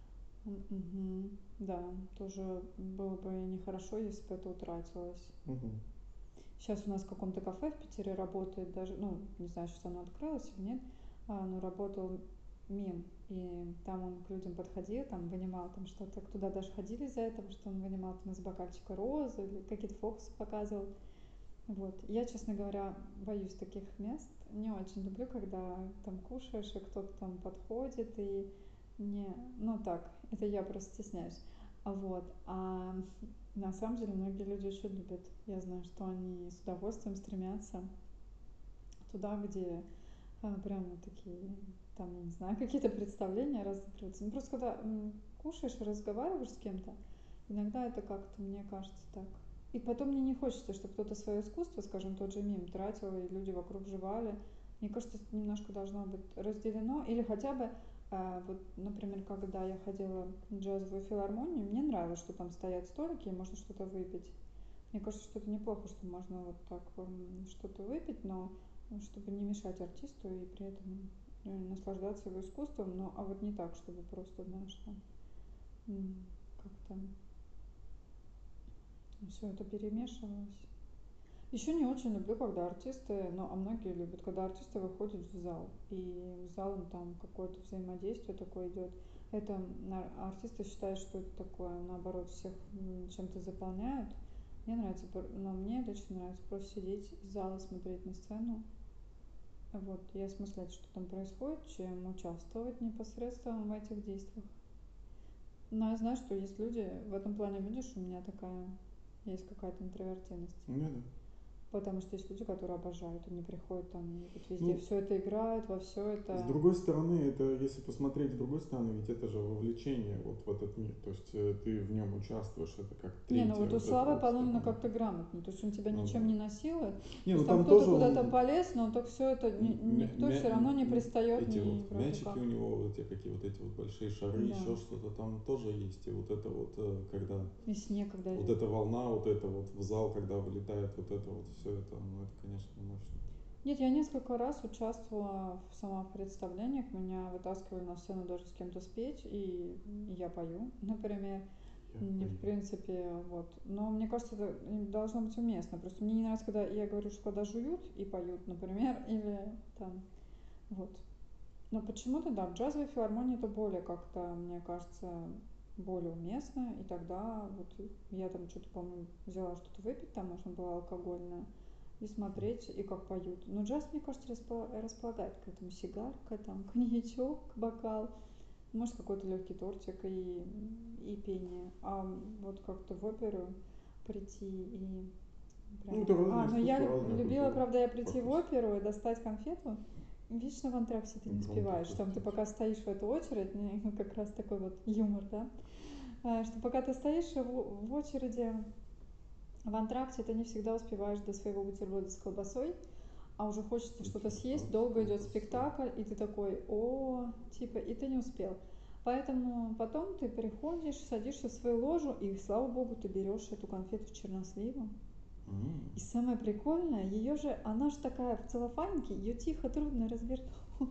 Мгм. Да, тоже было бы нехорошо, если бы это утратилось. Мгм. Сейчас у нас в каком-то кафе в Питере работает даже, ну, не знаю, сейчас оно открылось или нет, а, но работал мим, и там он к людям подходил, там вынимал там что-то, туда даже ходили из-за этого, что он вынимал там из бокальчика розу или какие-то фокусы показывал. Вот. Я, честно говоря, боюсь таких мест, не очень люблю, когда там кушаешь, и кто-то там подходит, и не, ну так, это я просто стесняюсь. А вот, а на самом деле многие люди очень любят. Я знаю, что они с удовольствием стремятся туда, где а, прямо такие, там, я не знаю, какие-то представления разыгрываются. Ну, просто когда м, кушаешь и разговариваешь с кем-то, иногда это как-то, мне кажется, так. И потом мне не хочется, чтобы кто-то свое искусство, скажем, тот же мим тратил, и люди вокруг жевали. Мне кажется, это немножко должно быть разделено. Или хотя бы, э, вот, например, когда я ходила в джазовую филармонию, мне нравилось, что там стоят столики, и можно что-то выпить. Мне кажется, что это неплохо, что можно вот так м, что-то выпить, но ну, чтобы не мешать артисту и при этом э, наслаждаться его искусством, но а вот не так, чтобы просто, знаешь, там м, как-то все это перемешивалось. Еще не очень люблю, когда артисты, ну, а многие любят, когда артисты выходят в зал, и в залом там какое-то взаимодействие такое идет. Это на- артисты считают, что это такое, наоборот, всех м, чем-то заполняют. Мне нравится, пр- но мне лично нравится просто сидеть из зала, смотреть на сцену, вот, и осмыслять, что там происходит, чем участвовать непосредственно в этих действиях. Но я знаю, что есть люди, в этом плане, видишь, у меня такая, есть какая-то интровертивность. Да, да. Потому что есть люди, которые обожают, они приходят там, и вот везде Ну, все это играют, во все с это. другой стороны, это, если посмотреть с другой стороны, ведь это же вовлечение вот в этот мир, то есть э, ты в нем участвуешь, это как Не, ну третья вот у вот эта Славы вот Полунина сторона. как-то грамотно, то есть он тебя Ну ничем да. не насилует. Не, То ну есть там там кто-то тоже куда-то он полез, но так все это ни- мя- никто все мя- равно не м- пристает эти ни вот вроде мячики как. у него, вот эти какие вот эти вот большие шары, Да. еще что-то там тоже есть. И вот это вот, э, когда И снег, когда вот идет. эта волна, вот это вот в зал, когда вылетает вот это вот все это, ну это, конечно, мощно. Нет, я несколько раз участвовала в самопредставлениях, меня вытаскивали на сцену даже с кем-то спеть, и я пою, например. Я Не, в пою. принципе, вот. Но мне кажется, это должно быть уместно. Просто мне не нравится, когда я говорю, что когда жуют и поют, например, или там, вот. Но почему-то, да, в джазовой филармонии это более как-то, мне кажется, более уместно. И тогда вот я там что-то, помню, взяла что-то выпить, там можно было алкогольное, и смотреть, и как поют. Но джаз, мне кажется, распо- располагает к этому сигарка, там, коньячок, бокал. Может, какой-то легкий тортик и, и пение. А вот как-то в оперу прийти и Ну прям... это А, разное ну я искусство, люб- разная любила, культура. правда, я прийти в Практически. оперу и достать конфету. Вечно в антракте ты не Громко успеваешь. Там ты хрустеть. пока стоишь в эту очередь, ну, как раз такой вот юмор, да, А, что пока ты стоишь в, в очереди в антракте, ты не всегда успеваешь до своего бутерброда с колбасой, а уже хочется что-то съесть, Бутерброд с долго идет колбасой. спектакль, и ты такой, о, типа, и ты не успел. Поэтому потом ты приходишь, садишься в свою ложу, и, слава богу, ты берешь эту конфету черносливу. М. И самое прикольное, ее же, она же такая в целлофанке, ее тихо, трудно развернуть.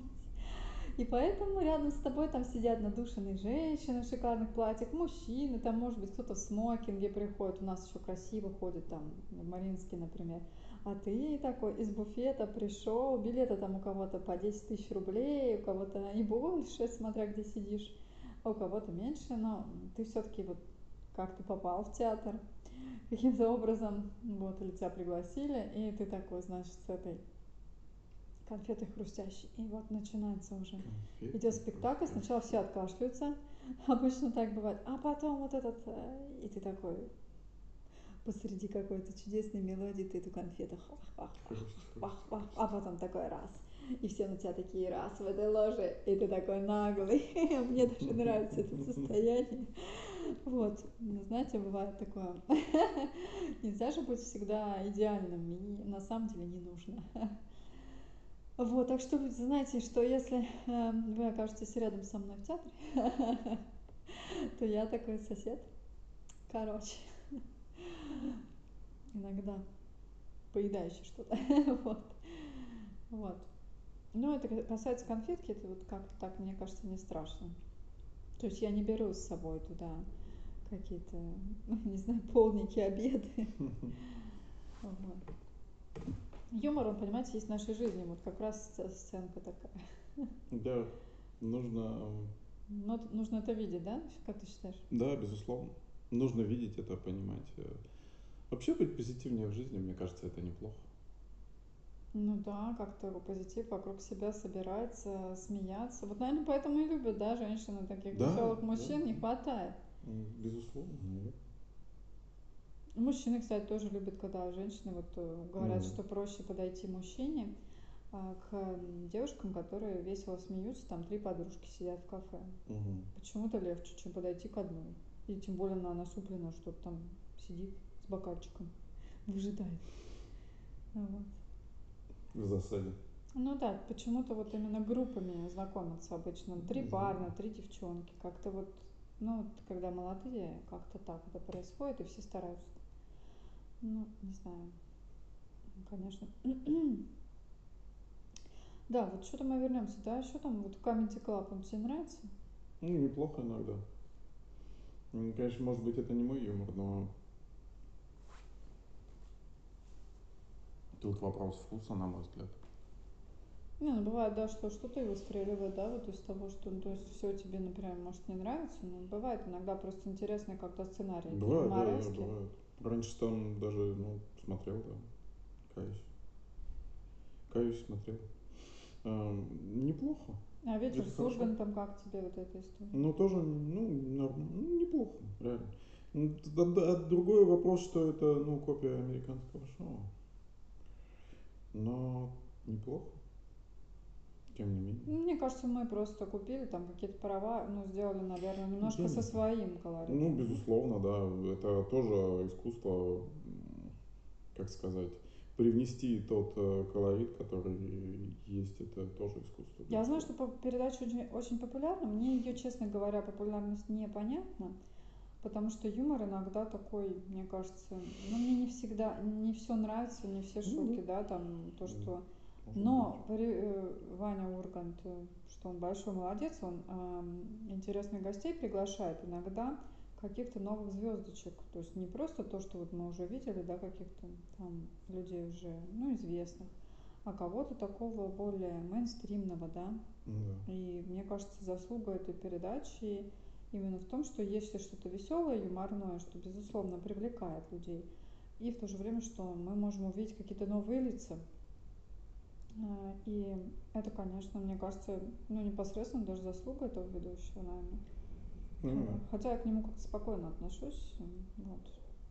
И поэтому рядом с тобой там сидят надушенные женщины в шикарных платьях, мужчины, там может быть кто-то в смокинге приходит, у нас еще красиво ходит там в Мариинске, например. А ты такой из буфета пришел, билеты там у кого-то по десять тысяч рублей, у кого-то и больше, смотря где сидишь, а у кого-то меньше, но ты все-таки вот как-то попал в театр каким-то образом, вот, или тебя пригласили, и ты такой, значит, с этой конфеты хрустящие. И вот начинается уже. Идет Конфеты спектакль, сначала все хрустящие. откашливаются, обычно так бывает, а потом вот этот, э, и ты такой посреди какой-то чудесной мелодии, ты эту конфету Хрусть, хрусть, хвах-хвах-хвах-хвах, а хрусть. потом такой раз. И все на тебя такие раз в этой ложе, и ты такой наглый. Мне даже нравится это состояние. Вот, ну, знаете, бывает такое. Нельзя же быть всегда идеальным, и на самом деле не нужно. Вот, так что, знаете, что если э, вы окажетесь рядом со мной в театре, то я такой сосед. Короче, иногда поедающий что-то. Вот. Вот. Ну, это касается конфетки, это вот как-то так, мне кажется, не страшно. То есть я не беру с собой туда какие-то, не знаю, полники, обеды. Вот. Юмор, он, понимаете, есть в нашей жизни. Вот как раз сценка такая. Да, нужно, Но нужно это видеть, да? Как ты считаешь? да, безусловно. Нужно видеть это, понимать. Вообще быть позитивнее в жизни, мне кажется, это неплохо. Ну да, как-то позитив вокруг себя собирается, смеяться. Вот, наверное, поэтому и любят, да, женщины таких Да, веселых да, мужчин не да. хватает. М, Безусловно, наверное. Мужчины, кстати, тоже любят, когда женщины вот э, говорят, Ну, что проще подойти мужчине а, к м, девушкам, которые весело смеются, там три подружки сидят в кафе. мгм. Почему-то легче, чем подойти к одной. И тем более она насуплена, что-то там сидит, бокальчиком выжидает. Вот. В засаде. Ну да, почему-то вот именно группами знакомятся обычно. Три Не знаю. парня, три девчонки. Как-то вот, ну, вот, когда молодые, как-то так это происходит, и все стараются. Ну, не знаю, конечно. Да, вот что-то мы вернемся, да, что там, вот Comedy Club, он тебе нравится? Ну, неплохо иногда. М, Конечно, может быть, это не мой юмор, но тут вопрос вкуса, на мой взгляд. Не, ну бывает, да, что что-то и выстреливает, да, вот из того, что, ну, то есть все тебе, например, может не нравится, но бывает иногда просто интересно, когда сценарий Бывает, да, да, юморески. бывает. Раньше там даже, ну, смотрел, да, каюсь. Каюсь, смотрел. Эм, неплохо. А вечер Это с хорошо. Ургантом, как тебе вот эта история? Ну, тоже, ну, норм- ну, неплохо, реально. Ну, т- д- д- Другой вопрос, что это, ну, копия американского шоу. Но неплохо, тем не менее. Ну, мне кажется, мы просто купили там какие-то права, ну, сделали, наверное, немножко Я не со знаю. своим Ну, колоритом. безусловно, да, это тоже искусство, м, как сказать, привнести тот э, колорит, который есть, это тоже искусство, Я знаю, безусловно. что по- передача очень, очень популярна. Мне ее, честно говоря, популярность непонятна, потому что юмор иногда такой, мне кажется, ну, мне не всегда, не все нравится, не все Ну шутки, да, да, там, то, м, что... может быть. Но при- э, Ваня Ургант, э, что он большой молодец, он эм, интересных гостей приглашает иногда, каких-то новых звездочек. То есть не просто то, что вот мы уже видели, да, каких-то там людей уже, ну, известных, а кого-то такого более мейнстримного, да. Да. И мне кажется, заслуга этой передачи именно в том, что если что-то веселое, юморное, что безусловно привлекает людей, и в то же время, что мы можем увидеть какие-то новые лица. А, И это, конечно, мне кажется, ну, непосредственно даже заслуга этого ведущего, наверное. М, Хотя я к нему как-то спокойно отношусь. Вот.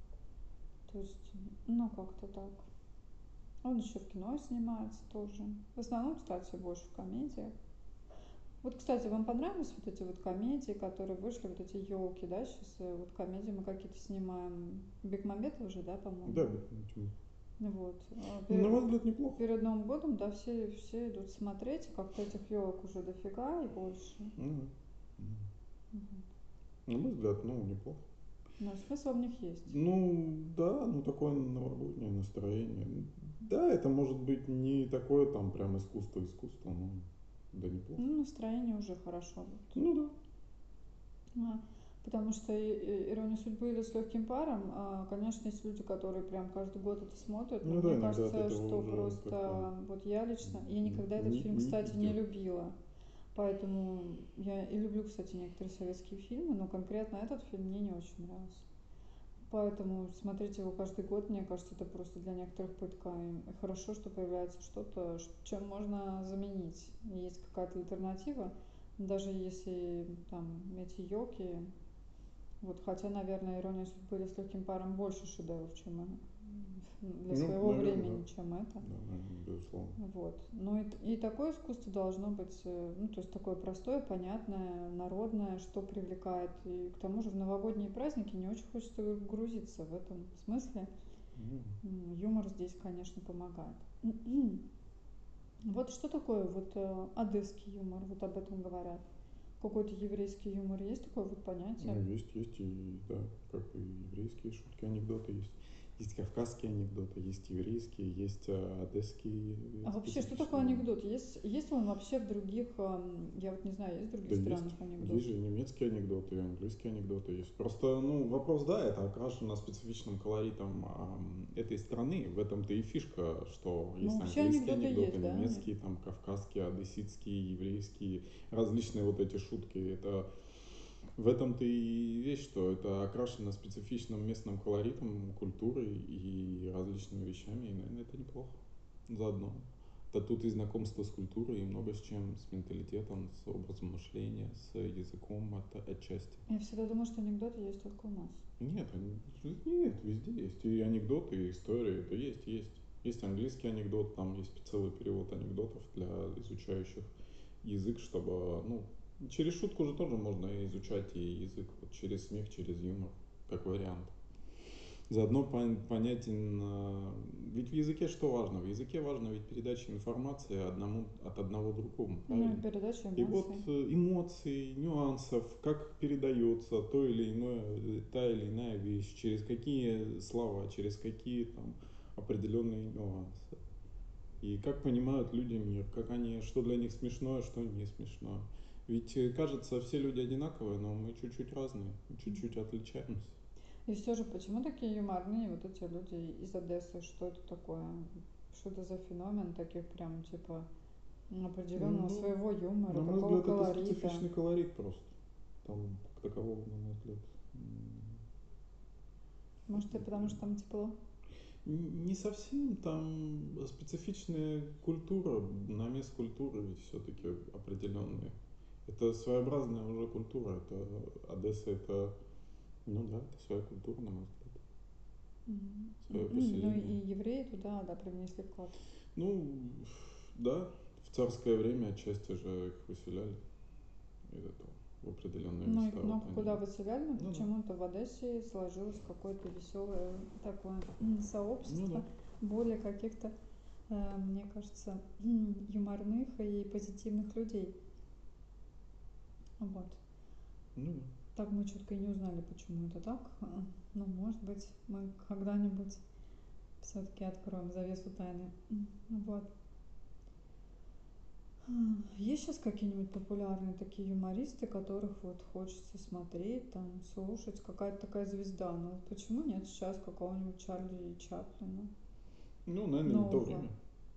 То есть, ну, как-то так. Он еще в кино снимается тоже. В основном, кстати, больше в комедиях. Вот, кстати, вам понравились вот эти вот комедии, которые вышли, вот эти елки, да, сейчас вот комедии мы какие-то снимаем. Бекмамбетова же, да, по-моему? Да, почему? Вот. А, Ну, на мой пер- взгляд, неплохо. Перед Новым годом, да, все, все идут смотреть, как-то этих елок уже дофига и больше. М, м. Мгм. На мой взгляд, ну, неплохо. Но смысл в них есть. Ну, да, ну такое новогоднее настроение. Да, это может быть не такое там прям искусство-искусство, но да неплохо. Ну, настроение уже хорошо. Вот. Ну да. А, Потому что и- и «Ирония судьбы» или «С легким паром», а, конечно, есть люди, которые прям каждый год это смотрят, но Ну да, мне иногда от кажется, этого что уже как-то просто вот я лично, я н- никогда этот ни- фильм, нить кстати, не идет. любила. Поэтому я и люблю, кстати, некоторые советские фильмы, но конкретно этот фильм мне не очень нравился. Поэтому смотреть его каждый год, мне кажется, это просто для некоторых пытка. И хорошо, что появляется что-то, ш- чем можно заменить. И есть какая-то альтернатива, даже если там эти елки. Вот, хотя, наверное, «Ирония судьбы» или «С легким паром» больше шедевров, чем м, для Ну, своего наверное, да. времени, чем это. Да, наверное, безусловно. Вот. Ну и, и такое искусство должно быть, э, ну, то есть такое простое, понятное, народное, что привлекает. И к тому же в новогодние праздники не очень хочется грузиться в этом смысле. Ну, М, Юмор здесь, конечно, помогает. Вот что такое вот э, одесский юмор, вот об этом говорят. Какой-то еврейский юмор, есть такое вот понятие? ну, есть, есть и, да, как и еврейские шутки, анекдоты есть. Есть кавказские анекдоты, есть еврейские, есть э, одесский А вообще, что специфичный такое юмор. анекдот? Есть, есть ли он вообще в других, эм, я вот не знаю, есть в Да других есть. странах анекдот? Есть же и немецкие анекдоты, и английские анекдоты есть. Просто, ну, вопрос, да, это окрашено специфичным колоритом ам, этой страны. В этом-то и фишка, что Ну, есть вообще английские анекдоты анекдоты, есть, да? немецкие, там, кавказские, одесситские, еврейские, различные вот эти шутки. Это в этом-то и вещь, что это окрашено специфичным местным колоритом, культурой и различными вещами, и, наверное, это неплохо заодно. Да тут и знакомство с культурой, и много с чем, с менталитетом, с образом мышления, с языком от, отчасти. Я всегда думала, что анекдоты есть только у нас. Нет, они- нет, везде есть. И анекдоты, и истории, это есть, есть. Есть английский анекдот, там есть целый перевод анекдотов для изучающих язык, чтобы, ну, через шутку же тоже можно изучать и язык, вот через смех, через юмор, как вариант. Заодно понятен, ведь в языке что важно? В языке важно ведь передача информации одному, от одного другому, правильно? Ну, передача эмоций. И вот эмоций, нюансов, как передается то или иное, та или иная вещь, через какие слова, через какие там определенные нюансы. И как понимают люди мир, как они, что для них смешное, что не смешное. Ведь кажется, все люди одинаковые, но мы чуть-чуть разные, чуть-чуть отличаемся. И все же, почему такие юморные вот эти люди из Одессы? Что это такое? Что это за феномен таких прям типа определенного ну, своего юмора, на мой такого взгляд, колорита? Это специфичный колорит просто. Там как такового, на мой взгляд. Может, это потому что там тепло? Не совсем, там специфичная культура, намес культуры ведь все-таки определенный. Это своеобразная уже культура, это Одесса, это, ну да, это своя культура, на мой взгляд. Mm-hmm. Свое Mm-hmm. поселение. Ну и евреи туда, да, привнесли вклад. Ну, да, в царское время отчасти же их выселяли из этого. В определенные ну, места. Их много вот куда они... выселяли, но ну, почему-то да. В Одессе сложилось какое-то веселое такое сообщество, ну, да. более каких-то, э, мне кажется, юморных и позитивных людей. Вот. Ну, да. Так мы четко и не узнали, почему это так. Ну, может быть, мы когда-нибудь все-таки откроем завесу тайны. Вот. Есть сейчас какие-нибудь популярные такие юмористы, которых вот хочется смотреть, там, слушать, какая-то такая звезда. Ну вот почему нет сейчас какого-нибудь Чарли Чаплина? Ну, наверное, Нового. не то время.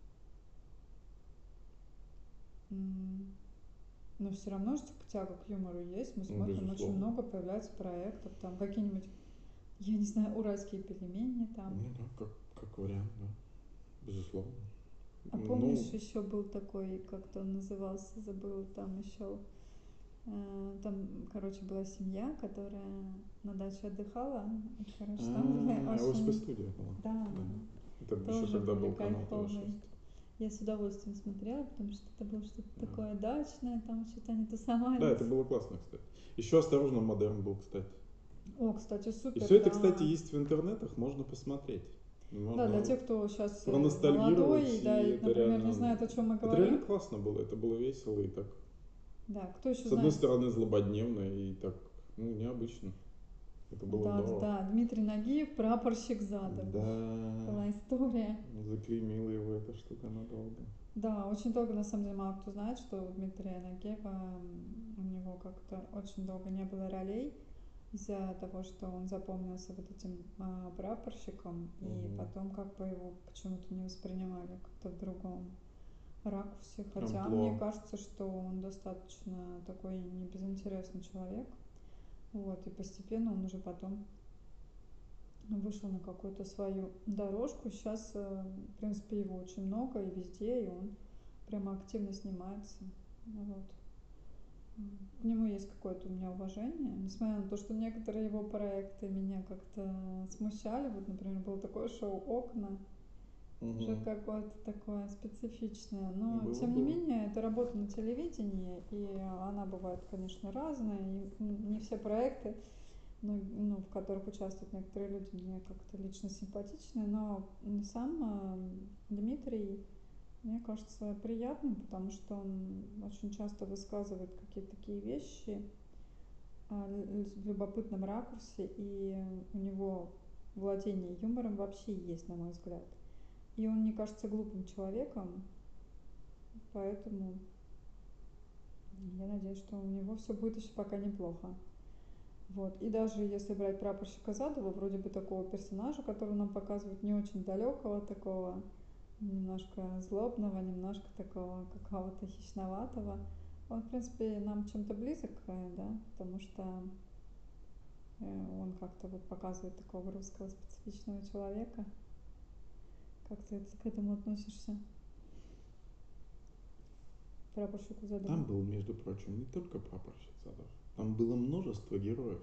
Но все равно же тяга к юмору есть. Мы смотрим, Безусловно. Очень много появляется проектов, там какие-нибудь, я не знаю, уральские пельмени там. Ну да, как, как вариант, да. Безусловно. А помнишь, ну... еще был такой, как-то он назывался, забыла, там еще, э, там, короче, была семья, которая на даче отдыхала, и, короче, там были очень... ОСП-студия была. Да, да. Это тоже еще когда были был канал кайфовые. Я с удовольствием смотрела, потому что это было что-то да. такое дачное, там что-то они тусовались. Да, это было классно, кстати. Еще «Осторожно, модерн» был, кстати. О, кстати, супер, И все это, да. кстати, есть в интернетах, можно посмотреть. Можно да, для тех, кто сейчас проностальгировать, молодой, и да, и, это например, реально... не знает, о чем мы это говорим. Это реально классно было, это было весело и так... Да, кто еще С знает? одной стороны, злободневно и так, ну, необычно. Это было да, здорово. Да, Дмитрий Нагиев, прапорщик Задов. Да. Была история. Заклеймила его эта штука надолго. Да, очень долго, на самом деле, мало кто знает, что у Дмитрия Нагиева, у него как-то очень долго не было ролей из-за того, что он запомнился вот этим а, прапорщиком, угу. И потом как бы его почему-то не воспринимали как-то в другом ракурсе. Хотя Амплуа. Мне кажется, что он достаточно такой небезынтересный человек. Вот, и постепенно он уже потом вышел на какую-то свою дорожку. Сейчас, в принципе, его очень много и везде, и он прямо активно снимается. Вот. К нему есть какое-то у меня уважение, несмотря на то, что некоторые его проекты меня как-то смущали. Вот, например, было такое шоу «Окна», угу. Уже какое-то такое специфичное. Но, было, тем не было. менее, это работа на телевидении, и она бывает, конечно, разная, и не все проекты, ну, ну, в которых участвуют некоторые люди, мне как-то лично симпатичны, но сам Дмитрий, мне кажется, приятным, потому что он очень часто высказывает какие-то такие вещи в любопытном ракурсе, и у него владение юмором вообще есть, на мой взгляд. И он не кажется глупым человеком, поэтому я надеюсь, что у него все будет еще пока неплохо. Вот. И даже если брать прапорщика Задова, вроде бы такого персонажа, который нам показывают, не очень далекого, такого немножко злобного, немножко такого какого-то хищноватого, он, в принципе, нам чем-то близок, да, потому что он как-то вот показывает такого русского специфичного человека. Как ты к этому относишься? Прапорщику Задову. Там был, между прочим, не только прапорщик Задов. Там было множество героев.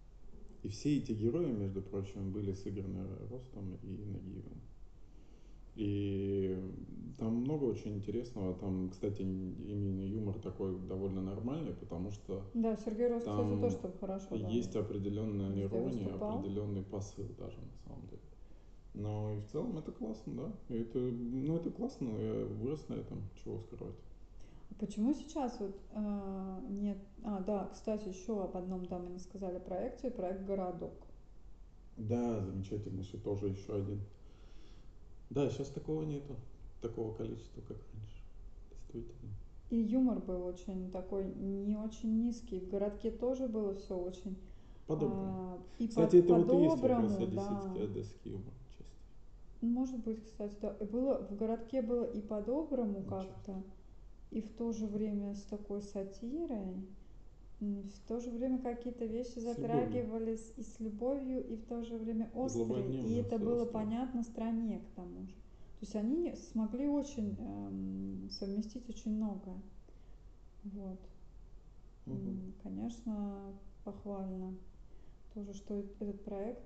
И все эти герои, между прочим, были сыграны Ростом и Нагиевым. И там много очень интересного. Там, кстати, именно юмор такой довольно нормальный, потому что Да, Сергей Рос, кстати, тоже там там хорошо, да, есть определенная везде ирония, выступал. определенный посыл даже на самом деле. Но и в целом это классно, да. И это, ну, это классно, я вырос на этом, чего скрывать. Почему сейчас вот э, нет... А, да, кстати, еще об одном, да, мы не сказали проекте, проект «Городок». Да, замечательно, что тоже еще один. Да, сейчас такого нету, такого количества, как раньше. Действительно. И юмор был очень такой, не очень низкий. В «Городке» тоже было все очень По-доброму. а, и по- Кстати, это вот и есть как раз по-доброму, да. одесситский, одесский юмор отчасти. Может быть, кстати, да. И было, в «Городке» было и по-доброму Отчасти. как-то, и в то же время с такой сатирой. М, В то же время какие-то вещи С любовью. затрагивались и с любовью, и в то же время И острые. И злободневно это с было острым. понятно стране к тому же. То есть они смогли очень эм, совместить очень многое. Вот. Угу. М, Конечно, похвально тоже, что э- этот проект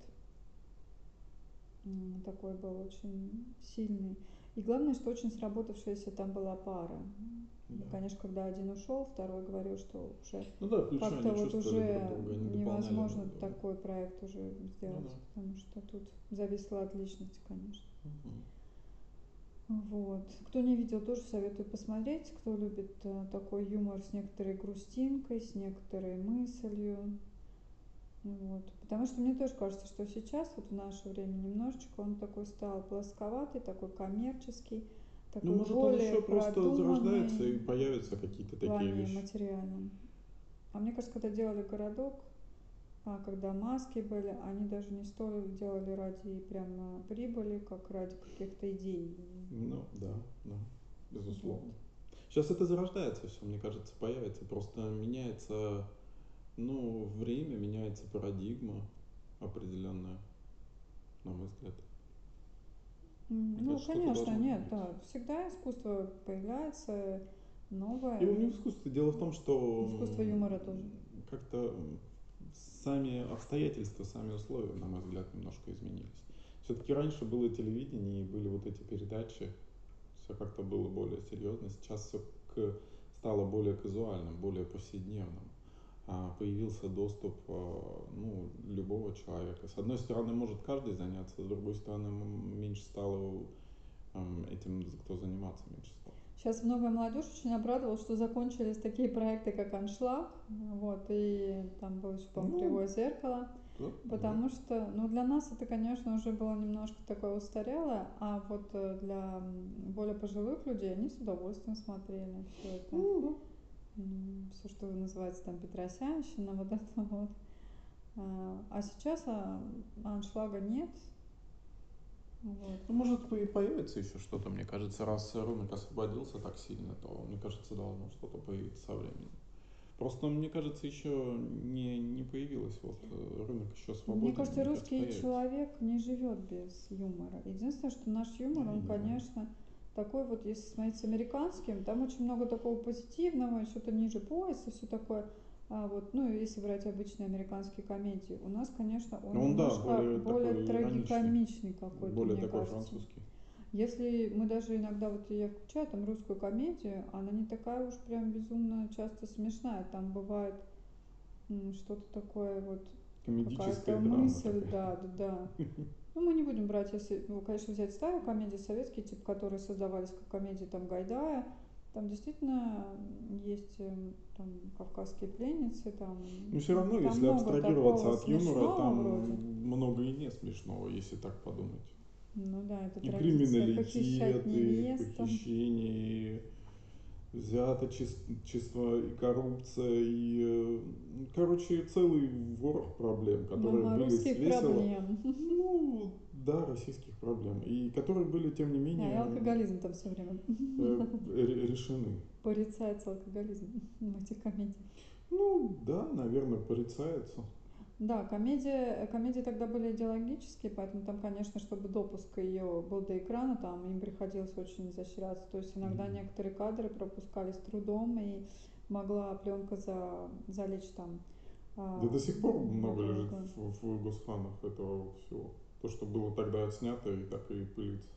м, такой был очень сильный. И главное, что очень сработавшаяся там была пара. Да. Конечно, когда один ушел, второй говорил, что уже Ну да, плечо как-то они вот чувствовали друг уже друга, они дополняли невозможно друг друга. такой проект уже Ну сделать, да. потому что тут зависела от личности, конечно. Угу. Вот. Кто не видел, тоже советую посмотреть. Кто любит э, такой юмор с некоторой грустинкой, с некоторой мыслью. Вот. Потому что мне тоже кажется, что сейчас, вот в наше время, немножечко он такой стал плосковатый, такой коммерческий, Ну, такой может, он более еще просто зарождается продуманный и появятся какие-то в такие плане вещи. материальном. А мне кажется, когда делали «Городок», а когда маски были, они даже не столько делали ради прямо прибыли, как ради каких-то идей. Ну, да, да, Вот. безусловно. Сейчас это зарождается все, мне кажется, появится. Просто меняется, ну, время, меняется парадигма определенная, на мой взгляд. Мне Ну, кажется, что-то конечно, должно нет, появиться. да. Всегда искусство появляется новое, Дело не в и искусстве, дело в том, что искусство юмора тоже. как-то сами обстоятельства, сами условия, на мой взгляд, немножко изменились. Все-таки раньше было телевидение и были вот эти передачи, все как-то было более серьезно. Сейчас все к, стало более казуальным, более повседневным. А, появился доступ, ну, любого человека. С одной стороны, может каждый заняться, с другой стороны, меньше стало этим, кто заниматься меньше стало. Сейчас многое молодежь очень обрадовалась, что закончились такие проекты, как «Аншлаг», вот, и там было еще, по-моему, Ну, «Кривое зеркало», да, да. потому что, ну, для нас это, конечно, уже было немножко такое устарелое, а вот э, для м, более пожилых людей они с удовольствием смотрели все это, Ну, все, что называется там Петросянщина, вот это вот. А а сейчас а, «Аншлага» нет, вот. ну, может, и появится еще что-то, мне кажется, раз рынок освободился так сильно, то, мне кажется, должно что-то появиться со временем. Просто, мне кажется, еще не, не появилось, вот рынок еще Мне свободен, кажется, мне кажется, русский появится. человек не живет без юмора. Единственное, что наш юмор, Я он, не знаю. конечно, такой вот, если смотреть с американским, там очень много такого позитивного, что-то ниже пояса, все такое. А вот, ну, если брать обычные американские комедии, у нас, конечно, он Но он, да, немножко более более такой ироничный, трагикомичный какой-то, более мне такой кажется. французский. Если мы даже иногда, вот я включаю там русскую комедию, она не такая уж прям безумно часто смешная. Там бывает м, что-то такое вот, Комедическая какая-то драма мысль, такая. да, да, да. Ну, мы не будем брать, если, ну, конечно, взять старые комедии советские, типа, которые создавались как комедии там Гайдая. Там действительно есть эм, там «Кавказские пленницы», там, Но все ну, равно, там если много абстрагироваться такого от юмора, смешного там вроде. много и не смешного, если так подумать. Ну да, это И традиция похищать криминалитет, и невесту. похищение, и взяточество, и коррупция, и, э, короче, целый ворох проблем, которые Ага, были русских весело, проблем. ну, да, российских проблем, и которые были, тем не А, и менее, алкоголизм там все время э, ре- решены. порицается, алкоголизм в этих комедиях. Ну, да, наверное, порицается. Да, комедия, комедии тогда были идеологические, поэтому там, конечно, чтобы допуск ее был до экрана, там им приходилось очень изощряться. То есть иногда Мгм. некоторые кадры пропускали с трудом, и могла пленка за, залечь там Да а, до сих пор много лежит надолго. в, в госхранах этого всего. То, что было тогда отснято и так и пылится.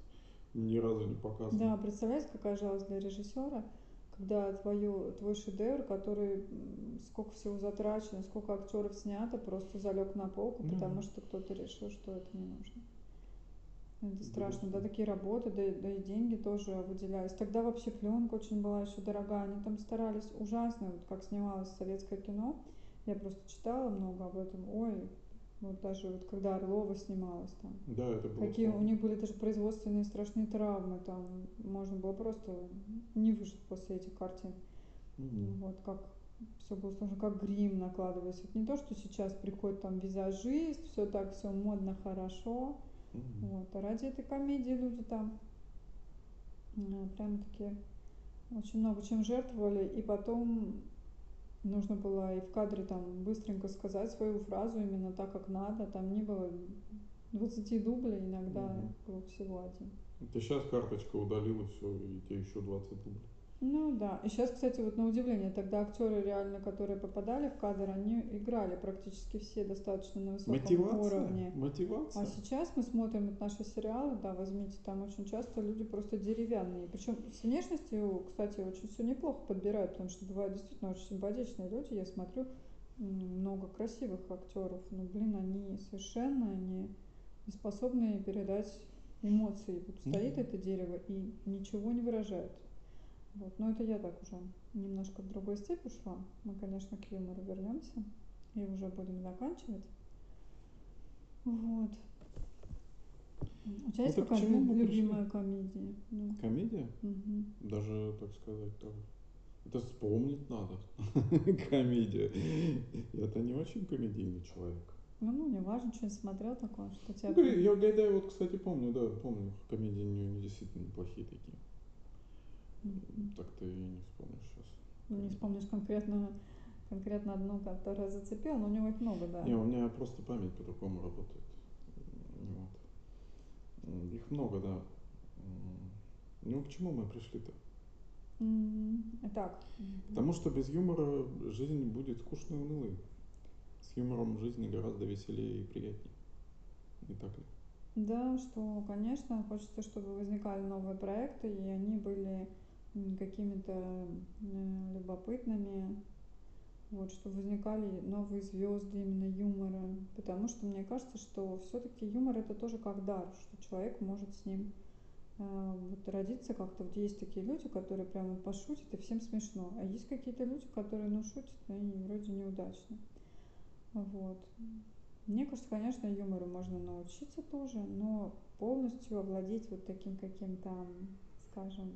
ни разу не показано. Да, представляете, какая жалость для режиссера, когда твою, твой шедевр, который сколько всего затрачено, сколько актеров снято, просто залег на полку, Ну, потому что кто-то решил, что это не нужно. Это страшно, да, безусловно. такие работы, да, и- да и деньги тоже выделялись. Тогда вообще пленка очень была еще дорогая, они там старались ужасно, вот как снималось советское кино. Я просто читала много об этом. Ой, вот даже вот когда Орлова снималась там, Да, это было какие у сложно. них были даже производственные страшные травмы, там можно было просто не выжить после этих картин. Мгм. Вот как все было сложно, как грим накладывается. Это не то, что сейчас приходит там визажист, все так, все модно, хорошо. Мгм. Вот. А ради этой комедии люди там э, прям таки очень много чем жертвовали. И потом нужно было и в кадре там быстренько сказать свою фразу именно так, как надо. Там не было двадцати дублей, иногда Мгм. был всего один. Ты сейчас карточка удалила все, и тебе еще двадцать дублей. Ну да. И сейчас, кстати, вот на удивление, тогда актеры реально, которые попадали в кадр, они играли практически все достаточно на высоком Мотивация, уровне. А мотивация. сейчас мы смотрим вот наши сериалы, да, возьмите, там очень часто люди просто деревянные. Причем с внешностью, кстати, очень все неплохо подбирают, потому что бывают действительно очень симпатичные люди. Я смотрю много красивых актеров, но, блин, они совершенно не, не способны передать эмоции. Вот Ну, стоит это дерево и ничего не выражает. Вот. Но это я так уже немножко в другой степь ушла. Мы, конечно, к юмору вернемся и уже будем заканчивать. Вот. У тебя ну есть так к какая-то чему мы пришли? любимая комедия? Ну, Комедия? мгм. Даже, так сказать, так. Это вспомнить надо. Комедия. Я-то не очень комедийный человек. Ну, ну, не важно, что смотрел такое, что тебя Ну, прям... я Гайдая вот, кстати, помню, да, помню. Комедии у него действительно неплохие такие. Мгм. Так-то и не вспомнишь сейчас. Не Комедии. вспомнишь конкретно, конкретно одну, которая зацепила, но у него их много, да. Не, у меня просто память по-другому работает. Вот. Их много, да. Ну, к чему мы пришли-то? Мгм. Итак, Потому что без юмора жизнь будет скучной и унылой. С юмором жизнь гораздо веселее и приятнее. Не так ли? да, что, конечно, хочется, чтобы возникали новые проекты, и они были какими-то э, любопытными, вот, чтобы возникали новые звезды именно юмора, потому что мне кажется, что все-таки юмор это тоже как дар, что человек может с ним э, вот родиться как-то. Вот есть такие люди, которые прямо пошутят и всем смешно, а есть какие-то люди, которые ну шутят и вроде неудачно. Вот. Мне кажется, конечно, юмору можно научиться тоже, но полностью овладеть вот таким каким-то, скажем,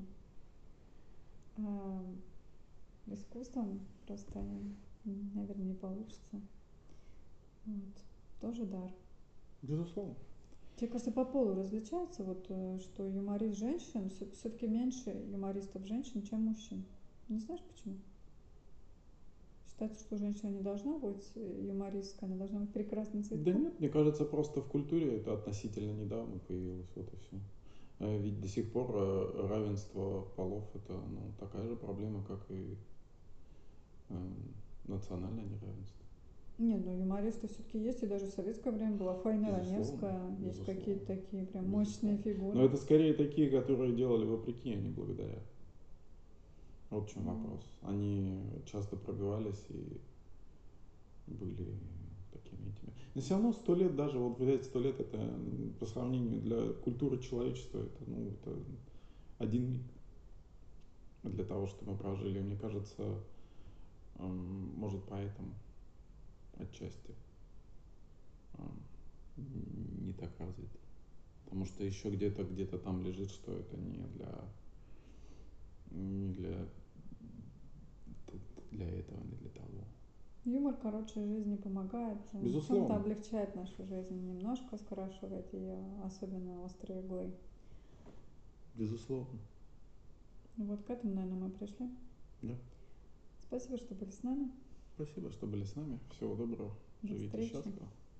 э, искусством просто, наверное, не получится. Вот. Тоже дар. Безусловно. Тебе кажется, по полу различается, вот, э, что юморист женщин, все-таки меньше юмористов женщин, чем мужчин? Не знаешь почему? Считается, что женщина не должна быть э, юмористкой, она должна быть прекрасным Да цветком. нет, мне кажется, просто в культуре это относительно недавно появилось, вот и все. Ведь до сих пор э, равенство полов это ну, такая же проблема, как и э, национальное неравенство. Нет, ну юмористы все-таки есть, и даже в советское время была Фаина Безусловно, Раневская, есть какие-то безусловно, такие прям мощные безусловно. Но фигуры. это скорее такие, которые делали вопреки, а не благодаря. Вот в чем Ну, вопрос. Они часто пробивались и были такими этими. Но все равно сто лет, даже вот взять сто лет, это по сравнению для культуры человечества, это, ну, это один миг для того, что мы прожили. Мне кажется, эм, может поэтому отчасти эм, не так развито. Потому что еще где-то, где-то там лежит, что это не для, не для, для этого, не для того. юмор, короче, жизни помогает, э, в чем-то Безусловно, облегчает нашу жизнь, немножко скрашивает ее, особенно острые углы. безусловно. Вот к этому, наверное, мы пришли. Да. Спасибо, что были с нами. Спасибо, что были с нами. Всего доброго. До Живите встречи. счастливо.